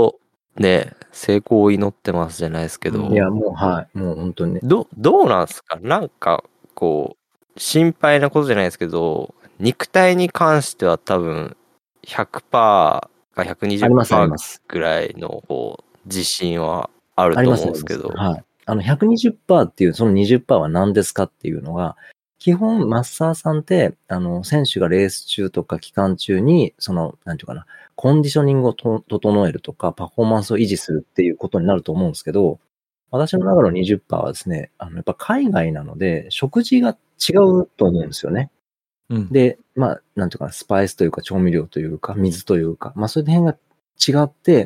Speaker 1: ね、成功を祈ってますじゃないですけど。
Speaker 2: いや、もう、はい。もう本当にね。
Speaker 1: ど、どうなんすか？なんか、こう、心配なことじゃないですけど、肉体に関しては多分、ひゃくパーセントか
Speaker 2: あります、あり
Speaker 1: ひゃくにじゅっパーセント
Speaker 2: ます。
Speaker 1: ぐらいの、こう、自信はある
Speaker 2: あります、
Speaker 1: と思うん
Speaker 2: あります。
Speaker 1: ですけど。
Speaker 2: はい。あの、ひゃくにじゅっパーセント っていう、その にじゅっパーセント は何ですかっていうのが、基本、マッサーさんって、あの、選手がレース中とか期間中に、その、なんていうかな、コンディショニングをと整えるとか、パフォーマンスを維持するっていうことになると思うんですけど、私の中の にじゅっパーセント はですね、あの、やっぱ海外なので、食事が違うと思うんですよね。
Speaker 3: うん。
Speaker 2: で、まあ、なんていうかな、スパイスというか調味料というか、水というか、まあ、そういう辺が違って、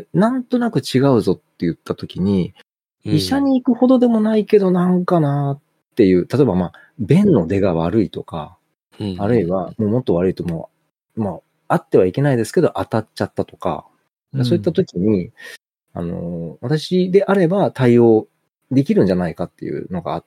Speaker 2: なんとなく違うぞって言ったときに、医者に行くほどでもないけど、なんかなっていう、例えばまあ、便の出が悪いとか、
Speaker 1: うん
Speaker 2: あるいはもうもっと悪いともう、まあ、あってはいけないですけど、当たっちゃったとか、
Speaker 3: うん
Speaker 2: そういったときに、あの、私であれば対応できるんじゃないかっていうのがあって、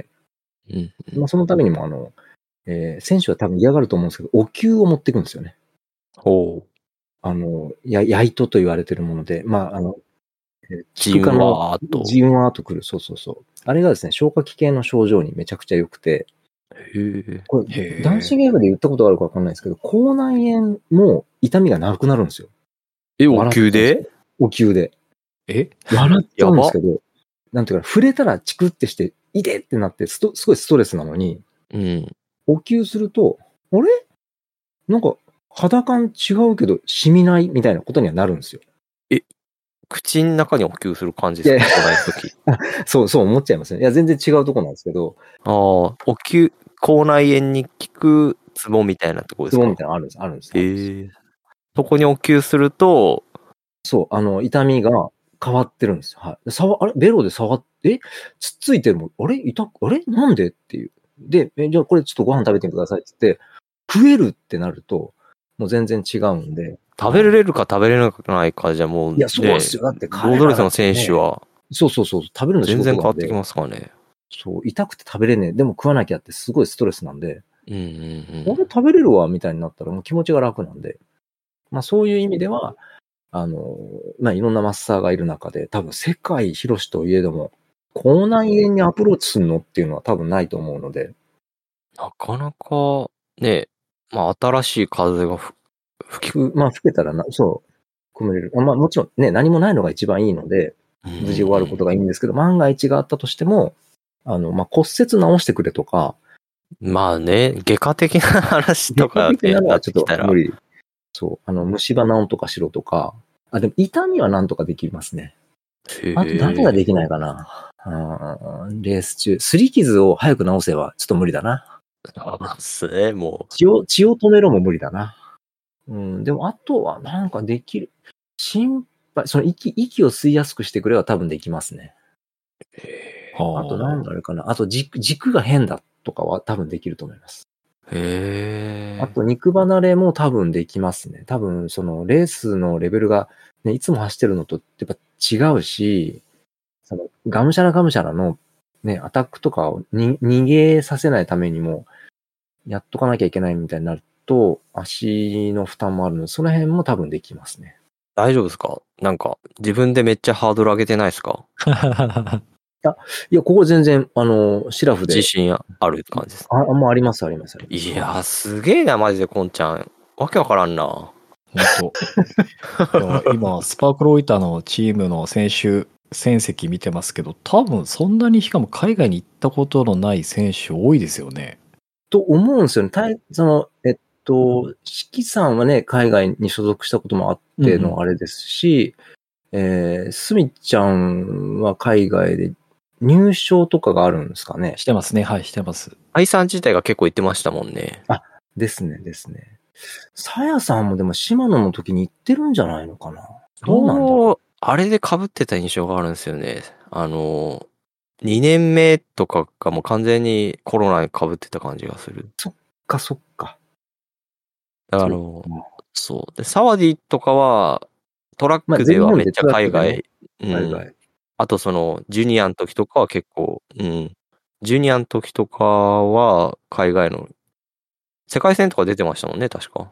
Speaker 1: うん
Speaker 2: まあ、そのためにも、あの、えー選手は多分嫌がると思うんですけど、お灸を持っていくんですよね。
Speaker 1: ほう。
Speaker 2: あの、や、やいとと言われてるもので、まあ、あの、えー
Speaker 1: じん
Speaker 2: 効くかの
Speaker 1: わーっと。
Speaker 2: じんわーっとくる。そうそうそう。あれがですね、消化器系の症状にめちゃくちゃ良くて、
Speaker 1: へえ。
Speaker 2: こ
Speaker 3: へ
Speaker 2: れ、
Speaker 3: ー
Speaker 2: 男子ゲームで言ったことがあるかわかんないですけど、口内炎も痛みがなくなるんですよ。
Speaker 1: え、お灸
Speaker 2: 笑っちゃうんです
Speaker 1: で
Speaker 2: よお灸で。
Speaker 3: え
Speaker 2: 笑っちゃうんですけ
Speaker 1: や
Speaker 2: ど、なんていうか、触れたらチクってして、いてってなってスト、すごいストレスなのに、
Speaker 1: うん。
Speaker 2: お灸すると、あれなんか、肌感違うけど、染みないみたいなことにはなるんですよ。
Speaker 1: 口の中にお灸する感じですか？
Speaker 2: いやいや
Speaker 1: 口内の時。
Speaker 2: そう、そう思っちゃいますね。いや、全然違うとこなんですけど、
Speaker 1: ああ、お灸、口内炎に効くツボみたいなところですか？
Speaker 2: ツボみたいなのあるんです、あるんです。あるんです
Speaker 1: へえ。そこにお灸すると、
Speaker 2: そう、あの、痛みが変わってるんですよ。はい。触、あれベロで触っ、えつっついてるもん。あれ痛く、あれなんでっていう。で、え、じゃあこれちょっとご飯食べてくださいって言って、食えるってなると、もう全然違うんで。
Speaker 1: 食べれるか食べれないかじゃもう、
Speaker 2: いや、そうですよ。だって
Speaker 1: ロードレースの選手
Speaker 2: は、
Speaker 1: は
Speaker 2: そうそうそう、食べるの仕
Speaker 1: 全
Speaker 2: 事なんで
Speaker 1: 然変わってき、ますからね。
Speaker 2: そう、痛くて食べれねえ。でも食わなきゃってすごいストレスなんで、
Speaker 1: うんうんう
Speaker 2: 俺
Speaker 1: ん。
Speaker 2: 食べれるわ、みたいになったらもう気持ちが楽なんで。まあそういう意味では、あの、まあいろんなマッサーがいる中で、多分世界広しといえども、口内炎にアプローチするのっていうのは多分ないと思うので。
Speaker 1: なかなか、ね、まあ新しい風がふ吹き、
Speaker 2: ふまあ吹けたらな、そう、組めれる。まあもちろんね、何もないのが一番いいので、無事終わることがいいんですけど、万が一があったとしても、あの、まあ骨折直してくれとか、
Speaker 1: まあね、外科的な話とか
Speaker 2: 外科的なの
Speaker 1: な
Speaker 2: はちょっ
Speaker 1: ってきたら、
Speaker 2: と無理。そう、あの、虫歯なんとかしろとか、あ、でも痛みはなんとかできますね。
Speaker 1: へ
Speaker 2: あと何が
Speaker 1: え。
Speaker 2: できないかな。あーレース中。擦り傷を早く治せばちょっと無理だな。
Speaker 1: あすね、も
Speaker 2: 血を、血を止めろも無理だな。うん、でもあとはなんかできる。心配、その息、息を吸いやすくしてくれは多分できますね。
Speaker 1: う。へ
Speaker 2: あと何があるかな。あと軸、軸が変だとかは多分できると思います。
Speaker 1: え。
Speaker 2: あと肉離れも多分できますね。多分そのレースのレベルが、ね、いつも走ってるのとやっぱ違うし、そのがむしゃらがむしゃらのね、アタックとかをに逃げさせないためにもやっとかなきゃいけないみたいになると足の負担もあるので、その辺も多分できますね。
Speaker 1: 大丈夫ですか？なんか、自分でめっちゃハードル上げてないですか？
Speaker 2: いや、ここ全然、あの、シラフで。
Speaker 1: 自信ある感じです。
Speaker 2: あ、もうあります、あります、あります。
Speaker 1: いやー、すげえな、マジで、こんちゃん。わけわからんな。
Speaker 3: 本当。いや今、スパークロイターのチームの選手戦績見てますけど、多分そんなにしかも海外に行ったことのない選手多いですよね。
Speaker 2: と思うんですよね。たいその、えっと、四季さんはね、海外に所属したこともあってのあれですし、うんうん、えー、すみちゃんは海外で入賞とかがあるんですかね。
Speaker 3: してますね。はい、してます。
Speaker 1: 愛さん自体が結構言ってましたもんね。
Speaker 2: あ、ですね、ですね。さやさんもでも島野の時に行ってるんじゃないのかな。どうなんだろう。
Speaker 1: あれで被ってた印象があるんですよね。あの、にねんめとかがもう完全にコロナに被ってた感じがする。
Speaker 2: そっか、そっか。
Speaker 1: だからあの、そう。で、サワディとかは、トラックではめっちゃ海外、
Speaker 2: まあ、海外。うん。
Speaker 1: あとその、ジュニアの時とかは結構、うん。ジュニアの時とかは、海外の、世界戦とか出てましたもんね、確か。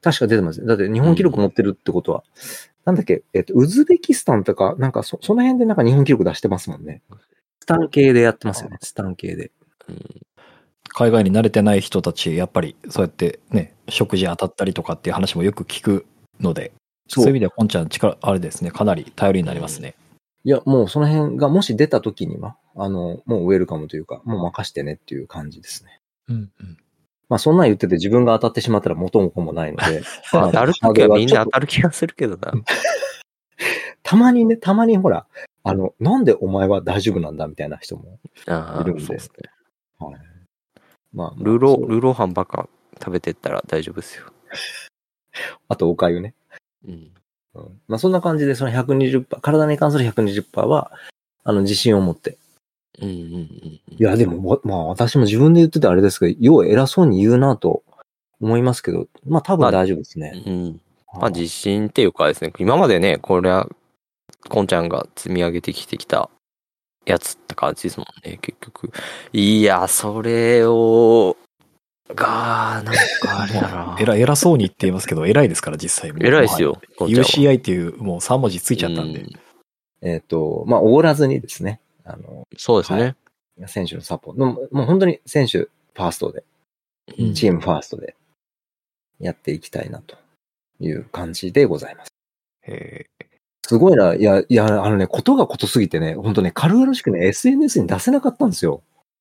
Speaker 2: 確か出てます。だって日本記録持ってるってことは、うん、なんだっけ、えっと、ウズベキスタンとか、なんかそ、その辺でなんか日本記録出してますもんね。スタン系でやってますよね、スタン系で。うん、
Speaker 3: 海外に慣れてない人たち、やっぱりそうやってね、食事当たったりとかっていう話もよく聞くので、そういう意味では、こんちゃん力、あれですね、かなり頼りになりますね。
Speaker 2: いや、もうその辺がもし出た時には、あの、もうウェルカムというか、もう任してねっていう感じですね。
Speaker 3: うんうん。
Speaker 2: まあそんなん言ってて自分が当たってしまったら元も子もないので。
Speaker 1: 当たるときはみんな当たる気がするけどな。
Speaker 2: たまにね、たまにほら、あの、なんでお前は大丈夫なんだみたいな人もいるんで。そうですね。はい。まあ、
Speaker 1: ルーロー、ルーローハンばっか食べてったら大丈夫ですよ。
Speaker 2: あとお粥ね。うん。うん、まあそんな感じで、その ひゃくにじゅっパーセント、体に関する ひゃくにじゅっパーセント は、あの、自信を持って。うんうんうん。いや、でも、まあ私も自分で言っててあれですけど、よう偉そうに言うなと思いますけど、まあ多分大丈夫ですね。
Speaker 1: まあ、うん。まあ自信っていうかですね、今までね、これは、こんちゃんが積み上げてきてきたやつって感じですもんね、結局。いや、それを、が、なんかあれだな。
Speaker 3: 偉、偉そうにって言いますけど、偉いですから、実際。
Speaker 1: 偉いですよ。
Speaker 3: ユーシーアイ っていう、もうさん文字ついちゃったんで。うん、
Speaker 2: えっ、ー、と、まあ、おごらずにですね。あの、
Speaker 1: そうですね。
Speaker 2: はい、選手のサポート。もう本当に選手ファーストで、うん、チームファーストでやっていきたいなという感じでございます。へー、すごいな。いや、いや、あのね、ことがことすぎてね、本当ね、軽々しくね、エスエヌエス に出せなかったんですよ。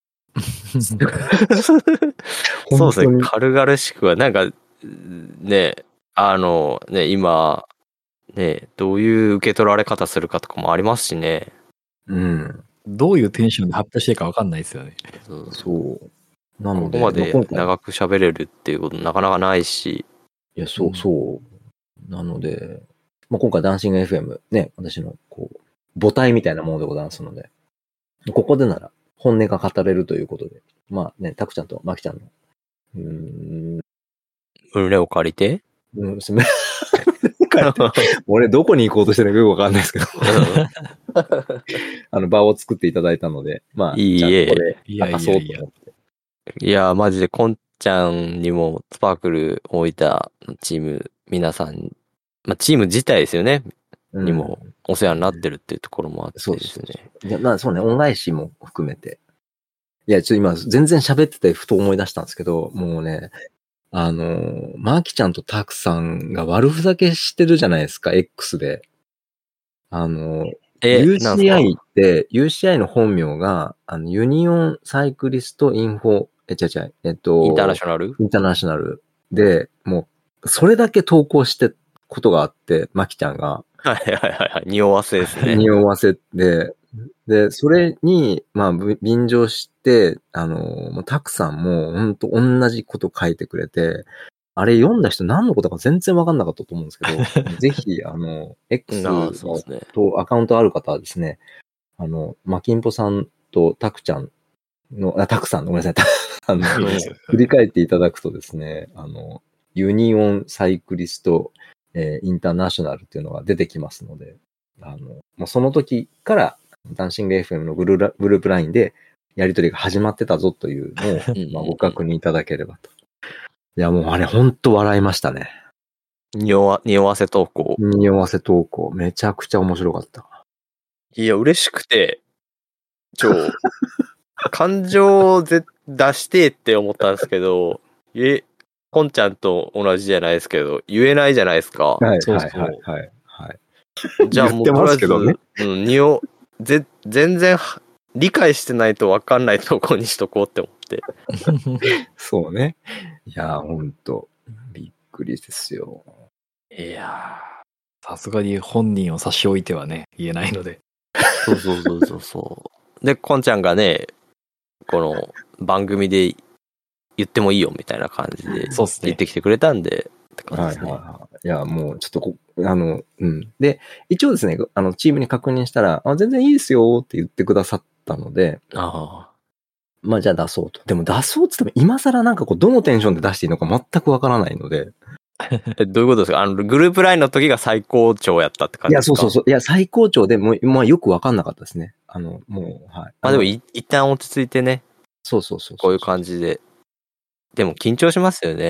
Speaker 1: そうですね、軽々しくは、なんか、ね、あの、ね、今、ね、どういう受け取られ方するかとかもありますしね。
Speaker 2: うん。
Speaker 3: どういうテンションで発表していいか分かんないですよね。
Speaker 2: そう。なので、
Speaker 1: ここまで長く喋れるっていうことなかなかないし。
Speaker 2: いや、そうそう。なので、まあ、今回ダンシング エフエム ね、私のこう母体みたいなものでございますので、ここでなら本音が語れるということで、まあね、タクちゃんとマキちゃんの、うーん、
Speaker 1: 胸を借りて、
Speaker 2: うん、すみません。俺どこに行こうとしてるのかよくわかんないですけど、あの場を作っていただいたので、まあ、
Speaker 1: いいえ、
Speaker 2: ここで明かそうと思って。
Speaker 1: いや、マジでこんちゃんにもスパークル大分のチーム皆さん、まあチーム自体ですよね。にもお世話になってるっていうところもあってですね。うん、そう
Speaker 2: そうそう。まあそうね、恩返しも含めて。いや、ちょっと今全然喋っててふと思い出したんですけど、もうね、あの、マーキちゃんとタクさんが悪ふざけしてるじゃないですか、X で。あの、ユーシーアイ って、ユーシーアイ の本名が、あの、ユニオンサイクリストインフォ、え、違う違う、えっと、
Speaker 1: インターナショナル
Speaker 2: インターナショナルで、もう、それだけ投稿してことがあって、マキちゃんが。
Speaker 1: はいはいはいはい、匂わせですね。
Speaker 2: 匂わせで、で、それに、まあ、便乗して、あの、もうタクさんも、ほんと同じこと書いてくれて、あれ読んだ人何のことか全然わかんなかったと思うんですけど、ぜひ、あの、X のとアカウントある方はですね、あの、マキンポさんとタクちゃんの、あ、タクさん、ごめんなさい、あの、振り返っていただくとですね、あの、ユニオンサイクリスト、えー、インターナショナルっていうのが出てきますので、あの、もうその時から、ダンシング エフエム のグループラインでやりとりが始まってたぞというのを、まあ、ご確認いただければと。いや、もうあれほんと笑いましたね。
Speaker 1: 匂わ、匂わせ投稿。
Speaker 2: 匂わせ投稿。めちゃくちゃ面白かった。
Speaker 1: いや、嬉しくて、超、感情をぜ出してって思ったんですけど、え、こんちゃんと同じじゃないですけど、言えないじゃないですか。
Speaker 2: はい、そうそうはい、はい、はい。
Speaker 1: じゃあもう、とりあえず、ね、うん、匂、ぜ、全然、理解してないと分かんないとこにしとこうって思って。
Speaker 2: そうね。いや、ほんと、びっくりですよ。
Speaker 3: いやー、さすがに本人を差し置いてはね、言えないので。
Speaker 1: そうそうそうそうそう。で、こんちゃんがね、この番組で言ってもいいよみたいな感じで言ってきてくれたんで、って感じですね。
Speaker 2: はいはいはい。いや、もうちょっとこ、あの、うん。で、一応ですね、あの、チームに確認したら、あ、全然いいですよって言ってくださったので、
Speaker 1: ああ。
Speaker 2: まあじゃあ出そうと。でも出そうって言っても今更なんかこう、どのテンションで出していいのか全くわからないので。
Speaker 1: え、どういうことですか？あの、グループラインの時が最高潮やったって感じですか？
Speaker 2: いや、そうそうそう。いや、最高潮でもう、まあよくわかんなかったですね。あの、もう、はい。
Speaker 1: まあでもい、一旦落ち着いてね。
Speaker 2: そうそうそうそう。
Speaker 1: こういう感じで。でも緊張しますよね。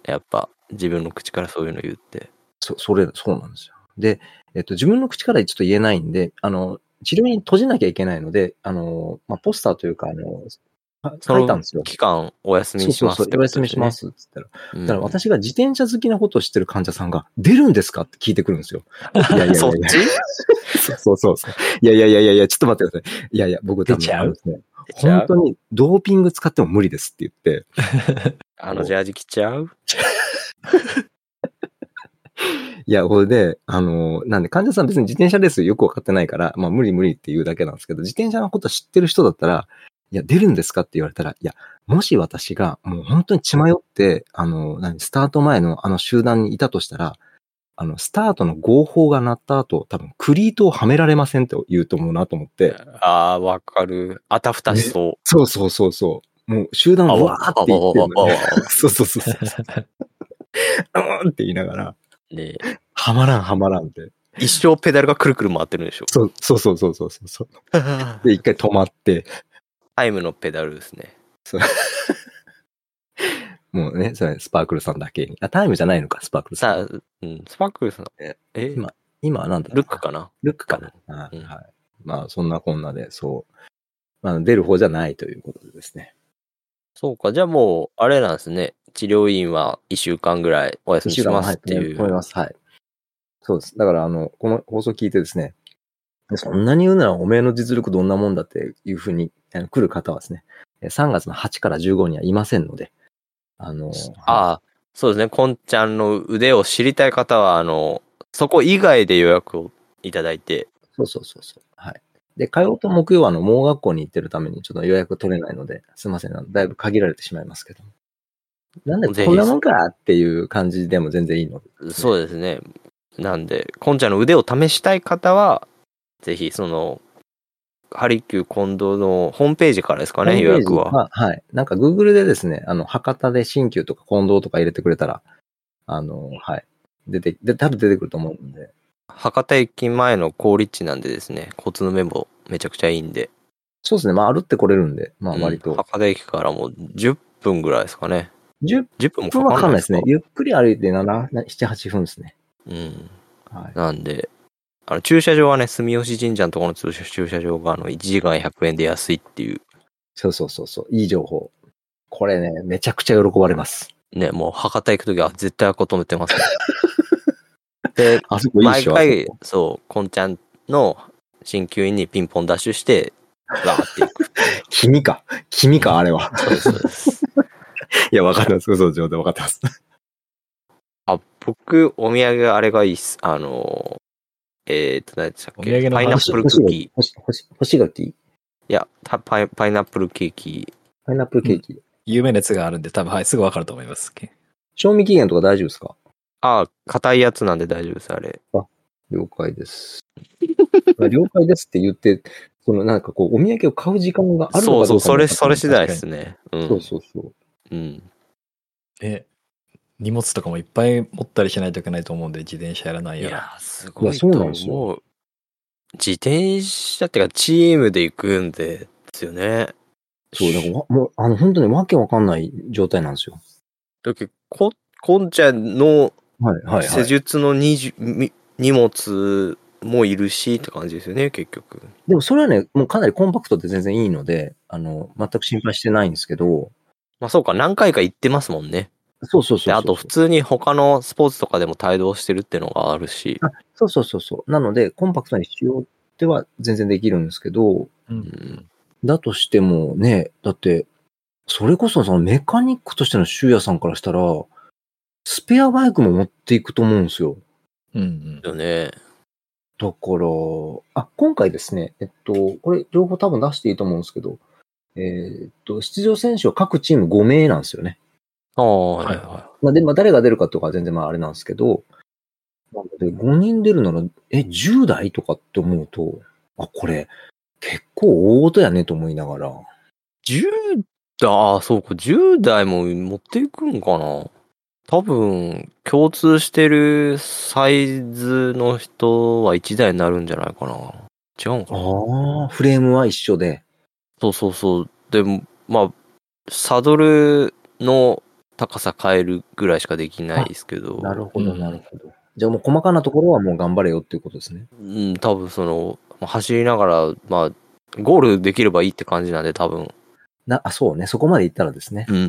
Speaker 1: やっぱ自分の口からそういうの言って。
Speaker 2: そ、それ、そうなんですよ。で、えっと、自分の口からちょっと言えないんで、あの、治療院閉じなきゃいけないので、あの、まあ、ポスターというか、あの、書いたんですよ。
Speaker 1: 期間お休みしますってことですね。
Speaker 2: そうそうそう、お休みしますって言ったら。
Speaker 1: うん、
Speaker 2: だから私が自転車好きなことを知ってる患者さんが、出るんですかって聞いてくるんですよ。いやいやいやいや。
Speaker 1: そっち
Speaker 2: そうそうそう。いやいやいやいやいや、ちょっと待ってください。いやいや、僕多分、
Speaker 3: 出ちゃう
Speaker 2: ね、本当にドーピング使っても無理ですって言って。
Speaker 1: あのジャージ着ちゃう
Speaker 2: いや、これで、あの、なんで患者さん別に自転車レースよくわかってないから、まあ無理無理っていうだけなんですけど、自転車のこと知ってる人だったら、いや、出るんですかって言われたら、いや、もし私がもう本当に血迷って、あの、何、スタート前のあの集団にいたとしたら、あの、スタートの号砲が鳴った後、多分クリートをはめられませんって言うと思うなと思って。
Speaker 1: ああ、わかる。あたふたしそう、ね。
Speaker 2: そうそうそうそう。もう集団わーって言ってるの、ね。そうそうそうそう。うんって言いながら。
Speaker 1: ねえ。
Speaker 2: はまらんはまらんって。
Speaker 1: 一生ペダルがくるくる回ってるんでしょ。
Speaker 2: そうそうそうそうそうそう。で、一回止まって。
Speaker 1: タイムのペダルですね。
Speaker 2: そうもうね、それスパークルさんだけに。あ、タイムじゃないのか、スパークルさん。
Speaker 1: さうん、スパークルさん。
Speaker 2: え、今、今はなんだ
Speaker 1: ルックかな
Speaker 2: ルックかな、うん、はい。まあ、そんなこんなで、そう。まあ、出る方じゃないということでですね。
Speaker 1: そうか、じゃあもう、あれなんですね。治療院はいっしゅうかんぐらいお休みしますっていう。
Speaker 2: 思います。はい。そうです。だから、あの、この放送聞いてですね、そんなに言うならおめえの実力どんなもんだっていうふうに来る方はですね、さんがつのはちからじゅうごにはいませんので、あの、
Speaker 1: ああ、そうですね。こんちゃんの腕を知りたい方は、あの、そこ以外で予約をいただいて。
Speaker 2: そうそうそうそう。はい。で、火曜と木曜はあの、盲学校に行ってるためにちょっと予約取れないので、すいません。だいぶ限られてしまいますけど。なんでこんなもんかっていう感じでも全然いいので、
Speaker 1: ね。そうですね。なんで、こんちゃんの腕を試したい方は、ぜひ、その、ハリキュー近藤のホームページからですかね、予約は。
Speaker 2: はい。なんか Google でですね、あの、博多で新旧とか近藤とか入れてくれたら、あの、はい。出て、で、多分出てくると思うんで。
Speaker 1: 博多駅前の好立地なんでですね、交通のメモめちゃくちゃいいんで。
Speaker 2: そうですね。まあ、歩ってこれるんで、まあ、割と、
Speaker 1: うん。博多駅からもうじゅっぷんぐらいですかね。
Speaker 2: じゅっぷんもかかんないですね。ゆっくり歩いてなな、なな、はちふんですね。
Speaker 1: うん。はい。なんで、あの、駐車場はね、住吉神社のところの駐車場が、あの、いちじかんひゃくえんで安いっていう。
Speaker 2: そうそうそうそう。いい情報。これね、めちゃくちゃ喜ばれます。
Speaker 1: ね、もう博多行くときは絶対求めてます、ね。で、
Speaker 2: あそこいいっしょ、
Speaker 1: 毎回、そう、こんちゃんの鍼灸院にピンポンダッシュして、わーっていく。
Speaker 2: 君か。君か、あれは。
Speaker 1: そうです、そうです。
Speaker 2: いや、わかってます。嘘上でわかってます。
Speaker 1: あ、僕、お土産あれがいいっす。あの、えー、っと、何でしたっけ。パイナップルクッキー。
Speaker 2: 干し柿い
Speaker 1: や、パイ、パイナップルケーキ。
Speaker 2: パイナップルケーキ。うん、
Speaker 3: 有名なやつがあるんで、多分、はい、すぐわかると思います。
Speaker 2: 賞味期限とか大丈夫ですか？
Speaker 1: ああ、硬いやつなんで大丈夫です、あれ。
Speaker 2: あ、了解です。了解ですって言って、そのなんかこう、お土産を買う時間があるのかどうか。
Speaker 1: そうそう、それ、それ次第ですね。
Speaker 2: うん。そうそうそう。
Speaker 1: うん。
Speaker 3: え、荷物とかもいっぱい持ったりしないといけないと思うんで、自転車やらないやら。
Speaker 1: いや、すごいと思う。自転車ってか、チームで行くんで、ですよね。
Speaker 2: そう、だからもう、あの、本当にわけわかんない状態なんですよ。
Speaker 1: だけど、こ、こんちゃんの、施術のにじゅう、はいはいはい、荷物もいるしって感じですよね、結局。
Speaker 2: でもそれはね、もうかなりコンパクトで全然いいので、あの、全く心配してないんですけど。
Speaker 1: まあそうか、何回か行ってますもんね。
Speaker 2: そうそうそうそう。
Speaker 1: で、あと普通に他のスポーツとかでも帯同してるっていうのがあるし。
Speaker 2: あ、そうそうそうそう。なので、コンパクトにしようっては全然できるんですけど、
Speaker 3: うん、
Speaker 2: だとしてもね、だって、それこそそのメカニックとしての修也さんからしたら、スペアバイクも持っていくと思うんですよ。
Speaker 3: うん
Speaker 1: うん。よね。
Speaker 2: だから、あ、今回ですね、えっと、これ情報多分出していいと思うんですけど、えー、っと、出場選手は各チームごめいなんですよね。
Speaker 1: ああ、はいはい。
Speaker 2: まあ、で、まあ、誰が出るかとかは全然まああれなんですけど、なのでごにん出るなら、え、じゅうだいとかって思うと、あ、これ、結構大事やねと思いながら。
Speaker 1: じゅうだい、ああ、そうか、じゅうだいも持っていくんかな。多分、共通してるサイズの人はいちだいになるんじゃないかな。違うのかな。
Speaker 2: ああ、フレームは一緒で。
Speaker 1: そうそうそう。でも、まあ、サドルの高さ変えるぐらいしかできないですけど。
Speaker 2: なるほど、なるほど。うん、じゃあもう細かなところはもう頑張れよっていうことですね。
Speaker 1: うん、多分その、走りながら、まあ、ゴールできればいいって感じなんで、多分。
Speaker 2: な、あ、そうね。そこまで行ったらですね。
Speaker 1: うんうんうん。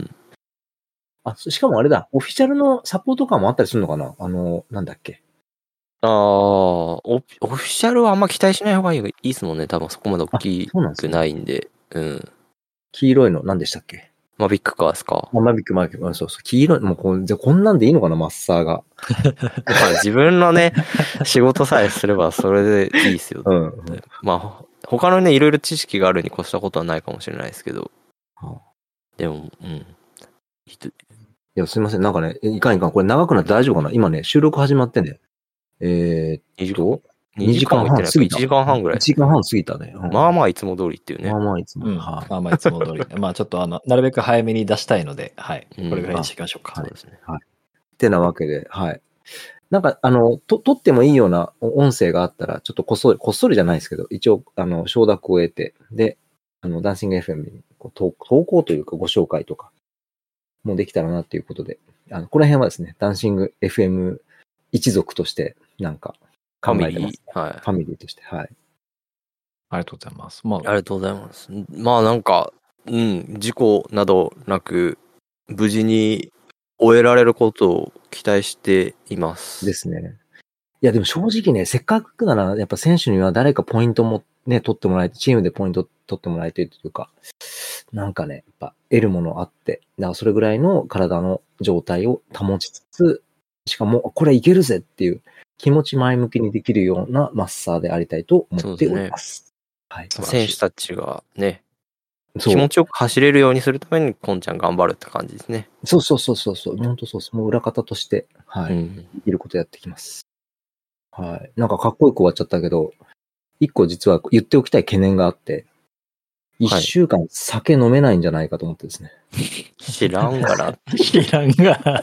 Speaker 2: あ、しかもあれだ。オフィシャルのサポートカーもあったりするのかな？あの、なんだっけ。
Speaker 1: ああ、オフィシャルはあんま期待しない方がいいですもんね。多分そこまで大きくないんで。うん。
Speaker 2: 黄色いの何でしたっけ？
Speaker 1: マビックカーですか？
Speaker 2: マビックマーケット、そうそう。黄色い、もうこじゃこんなんでいいのかな、マッサーが。
Speaker 1: まあ自分のね、仕事さえすればそれでいいですよ。
Speaker 2: うん、うん。
Speaker 1: まあ、他のね、いろいろ知識があるに越したことはないかもしれないですけど。はあ、でも、うん。い
Speaker 2: や、すいません。なんかね、いかんいかん。これ長くなって大丈夫かな？今ね、収録始まってね。えー、っと、
Speaker 1: にじかんはん過ぎた。いちじかんはんぐらい。
Speaker 2: いちじかんはん過ぎたね。
Speaker 1: うん、まあまあいつも通りっていうね。
Speaker 2: まあまあいつも。
Speaker 3: うん、はい、まあまあいつも通り。まあちょっとあの、なるべく早めに出したいので、はい。これぐらいにしていきましょうか。
Speaker 2: うん、そうですね。はい。ってなわけで、はい。なんか、あの、と、撮ってもいいような音声があったら、ちょっとこっそり、こっそりじゃないですけど、一応、あの、承諾を得て、で、あの、ダンシング エフエム にこう投稿というかご紹介とか、もできたらなっていうことで、あの、この辺はですね、ダンシング エフエム 一族として、なんか、考えてます。
Speaker 1: はい。
Speaker 2: ファミリーとして、はい。
Speaker 3: ありがとうございます。まあ、
Speaker 1: ありがとうございます。まあなんか、うん、事故などなく、無事に終えられることを期待しています。
Speaker 2: ですね。いや、でも正直ね、せっかくなら、やっぱ選手には誰かポイントもね、取ってもらえて、チームでポイント取ってもらえてというか、なんかね、やっぱ得るものあって、だからそれぐらいの体の状態を保ちつつ、しかも、これいけるぜっていう気持ち前向きにできるようなマッサーでありたいと思っております。はい。
Speaker 1: 選手たちがね、気持ちよく走れるようにするために、こんちゃん頑張るって感じですね。
Speaker 2: そうそうそうそうそう、本当そうそう、もう裏方として、はい、うん、いることやってきます。はい。なんかかっこよく終わっちゃったけど、一個実は言っておきたい懸念があって、一週間酒飲めないんじゃないかと思ってですね。
Speaker 1: はい、知らんがな。
Speaker 3: 知らんが。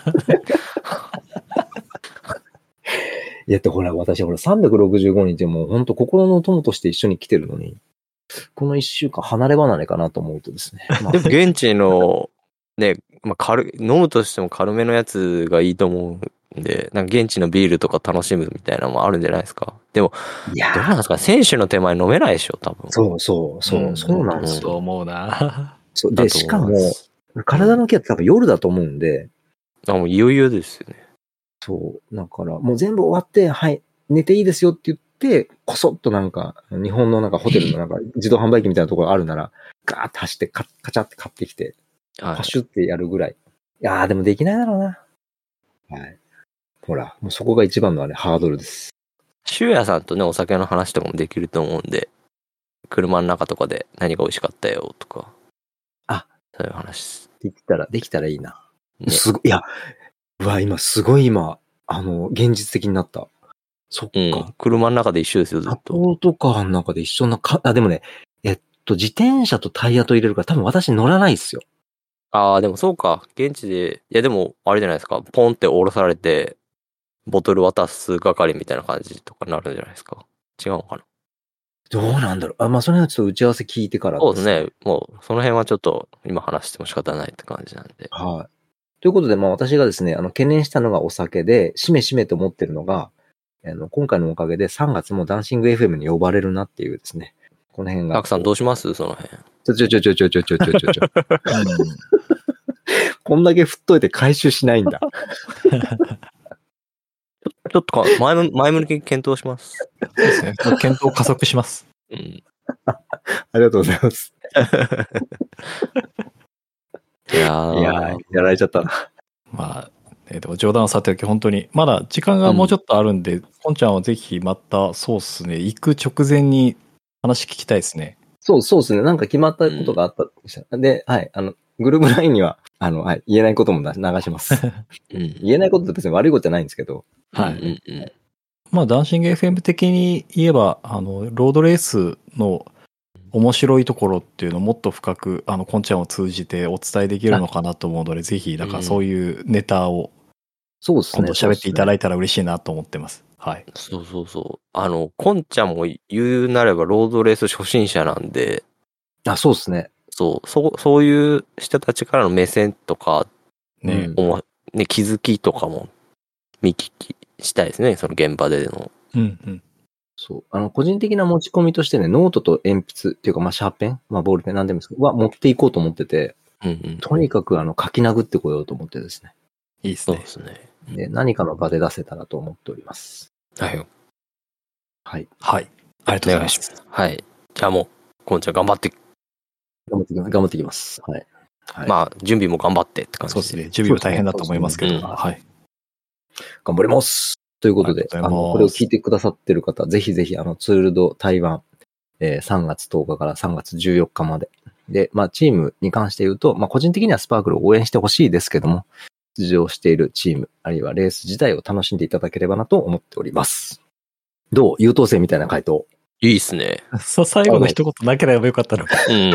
Speaker 2: いや、ってほら、私ほらさんびゃくろくじゅうごにちもう本当心の友として一緒に来てるのに、この一週間離れ離れかなと思うとですね。
Speaker 1: まあ、でも現地の、ね、まあ、軽飲むとしても軽めのやつがいいと思うんで、なんか現地のビールとか楽しむみたいなのもあるんじゃないですか。でも、いやどうなんですか、選手の手前飲めないでしょ、多分。
Speaker 2: そうそうそう、うん、そうなんですよ。
Speaker 3: そう思うな。
Speaker 2: そうで、しかも、体のケアって多分夜だと思うんで。
Speaker 1: あ、もういよいよですよね。
Speaker 2: そう。だから、もう全部終わって、はい、寝ていいですよって言って、こそっとなんか、日本のなんかホテルのなんか自動販売機みたいなところあるなら、ガーッと走ってカ、カチャって買ってきて、はい、パシュってやるぐらい。いやー、でもできないだろうな。はい。ほら、もうそこが一番のあれ、ハードルです。
Speaker 1: シュウヤさんとね、お酒の話とかもできると思うんで、車の中とかで何が美味しかったよとか。
Speaker 2: あ、
Speaker 1: そういう話。
Speaker 2: できたら、できたらいいな。ね、すごい、いや、うわ、今、すごい今、あの、現実的になった。そっか。うん、
Speaker 1: 車の中で一緒ですよ、ずっと。
Speaker 2: サポートカーの中で一緒なか、あ、でもね、えっと、自転車とタイヤと入れるから多分私乗らないっすよ。
Speaker 1: ああ、でもそうか。現地で、いやでも、あれじゃないですか。ポンって降ろされて、ボトル渡す係みたいな感じとかなるんじゃないですか。違うのかな。
Speaker 2: どうなんだろう。あ、まあ、その辺はちょっと打ち合わせ聞いてから
Speaker 1: です。そうですね。もう、その辺はちょっと、今話しても仕方ないって感じなんで。
Speaker 2: はい。ということで、まあ私がですね、あの、懸念したのがお酒で、しめしめと思ってるのが、あの、今回のおかげでさんがつもダンシング エフエム に呼ばれるなっていうですね。この辺が。
Speaker 1: たくさんどうしますその辺。
Speaker 2: ちょちょちょちょちょちょちょちょちょちょ。こんだけ振っといて回収しないんだ。
Speaker 1: ちょっとか前向前向きに検討します。
Speaker 3: そうですね。検討加速します。
Speaker 2: うん。ありがとうございます。
Speaker 1: いやー、
Speaker 2: いやーやられちゃったな。
Speaker 3: まあ、えー、でも冗談をさておき、本当に、まだ時間がもうちょっとあるんで、こ、うんちゃんはぜひまた、そうっすね、行く直前に話聞きたいですね。
Speaker 2: そう、そうですね。なんか決まったことがあったでした。うん、で、はい、あの、グループラインには、あの、はい、言えないことも流します。うん、言えないことって別に悪いことじゃないんですけど。
Speaker 3: はい。うんうんうん、まあ、ダンシング エフエム 的に言えば、あの、ロードレースの面白いところっていうのをもっと深く、あの、こんちゃんを通じてお伝えできるのかなと思うので、ぜひ、だからそういうネタを、
Speaker 2: そうですね。
Speaker 3: 今度喋っていただいたら嬉しいなと思ってます。はい。
Speaker 1: そうそうそう。あの、こんちゃんも言うなればロードレース初心者なんで。
Speaker 2: あ、そうですね。
Speaker 1: そう、そう、そういう人たちからの目線とか、
Speaker 3: ね、
Speaker 1: おもね、気づきとかも見聞きしたいですね、その現場での。
Speaker 3: うんうん。
Speaker 2: そう。あの、個人的な持ち込みとしてね、ノートと鉛筆っていうか、まあ、シャーペン、まあ、ボールペンなんでもいいですけど、は持っていこうと思ってて、
Speaker 1: うんうん、
Speaker 2: とにかく、あの、書き殴ってこようと思ってですね。
Speaker 3: いいですね。
Speaker 1: そうですね。
Speaker 2: で、何かの場で出せたらと思っております。
Speaker 1: はい。
Speaker 2: はい。
Speaker 3: はい。ありがとうございます。
Speaker 1: はい。じゃあもう、こんちゃん頑張って。
Speaker 2: 頑張ってきます。頑張ってきます。はい。はい、
Speaker 1: まあ、準備も頑張ってって感じ
Speaker 3: です。そうですね。準備は大変だと思いますけど、ねうん、はい。
Speaker 2: 頑張ります。ということで、あの、これを聞いてくださってる方、ぜひぜひ、あの、ツールド台湾、えー、さんがつとおかからさんがつじゅうよっかまで。で、まあ、チームに関して言うと、まあ、個人的にはスパークルを応援してほしいですけども、出場しているチーム、あるいはレース自体を楽しんでいただければなと思っております。どう優等生みたいな回答。
Speaker 1: いいっすね。
Speaker 3: そう、最後の一言なければよかったのか。
Speaker 1: うん。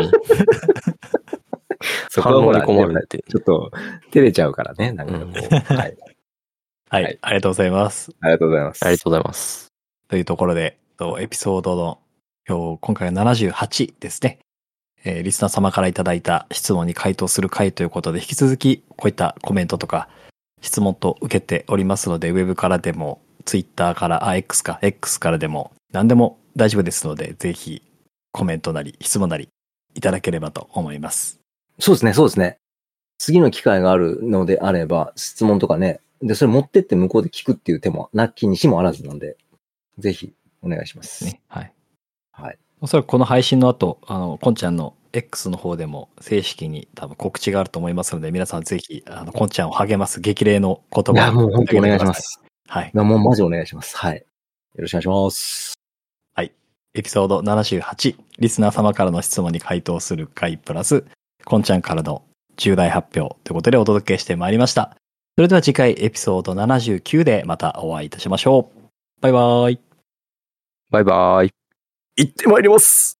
Speaker 2: そこはほら、
Speaker 1: 困るって。
Speaker 2: ちょっと、照れちゃうからね、なんかこう。うん、はい。
Speaker 3: はい、ありがとうございます。
Speaker 2: ありがとうございます。
Speaker 1: ありがとうございます。
Speaker 3: というところで、エピソードの今日、今回はななじゅうはちですね。えー、リスナー様からいただいた質問に回答する回ということで、引き続きこういったコメントとか質問と受けておりますので、ウェブからでも、ツイッターから、あ、X か、X からでも、何でも大丈夫ですので、ぜひコメントなり質問なりいただければと思います。
Speaker 2: そうですね、そうですね。次の機会があるのであれば、質問とかね、で、それ持ってって向こうで聞くっていう手も、なきにしもあらずなんで、ぜひお願いします。
Speaker 3: ね、はい。
Speaker 2: はい。
Speaker 3: おそらくこの配信の後、あの、こんちゃんの X の方でも正式に多分告知があると思いますので、皆さんぜひ、あの、こんちゃんを励ます激励の言葉を。い
Speaker 2: や、もう本当お願いします。
Speaker 3: はい。
Speaker 2: もうマジお願いします。はい。よろしくお願いします。
Speaker 3: はい。エピソードななじゅうはち、リスナー様からの質問に回答する回プラス、こんちゃんからの重大発表ということでお届けしてまいりました。それでは次回エピソードななじゅうきゅうでまたお会いいたしましょう。バイバーイ。
Speaker 1: バイバーイ。
Speaker 2: 行ってまいります。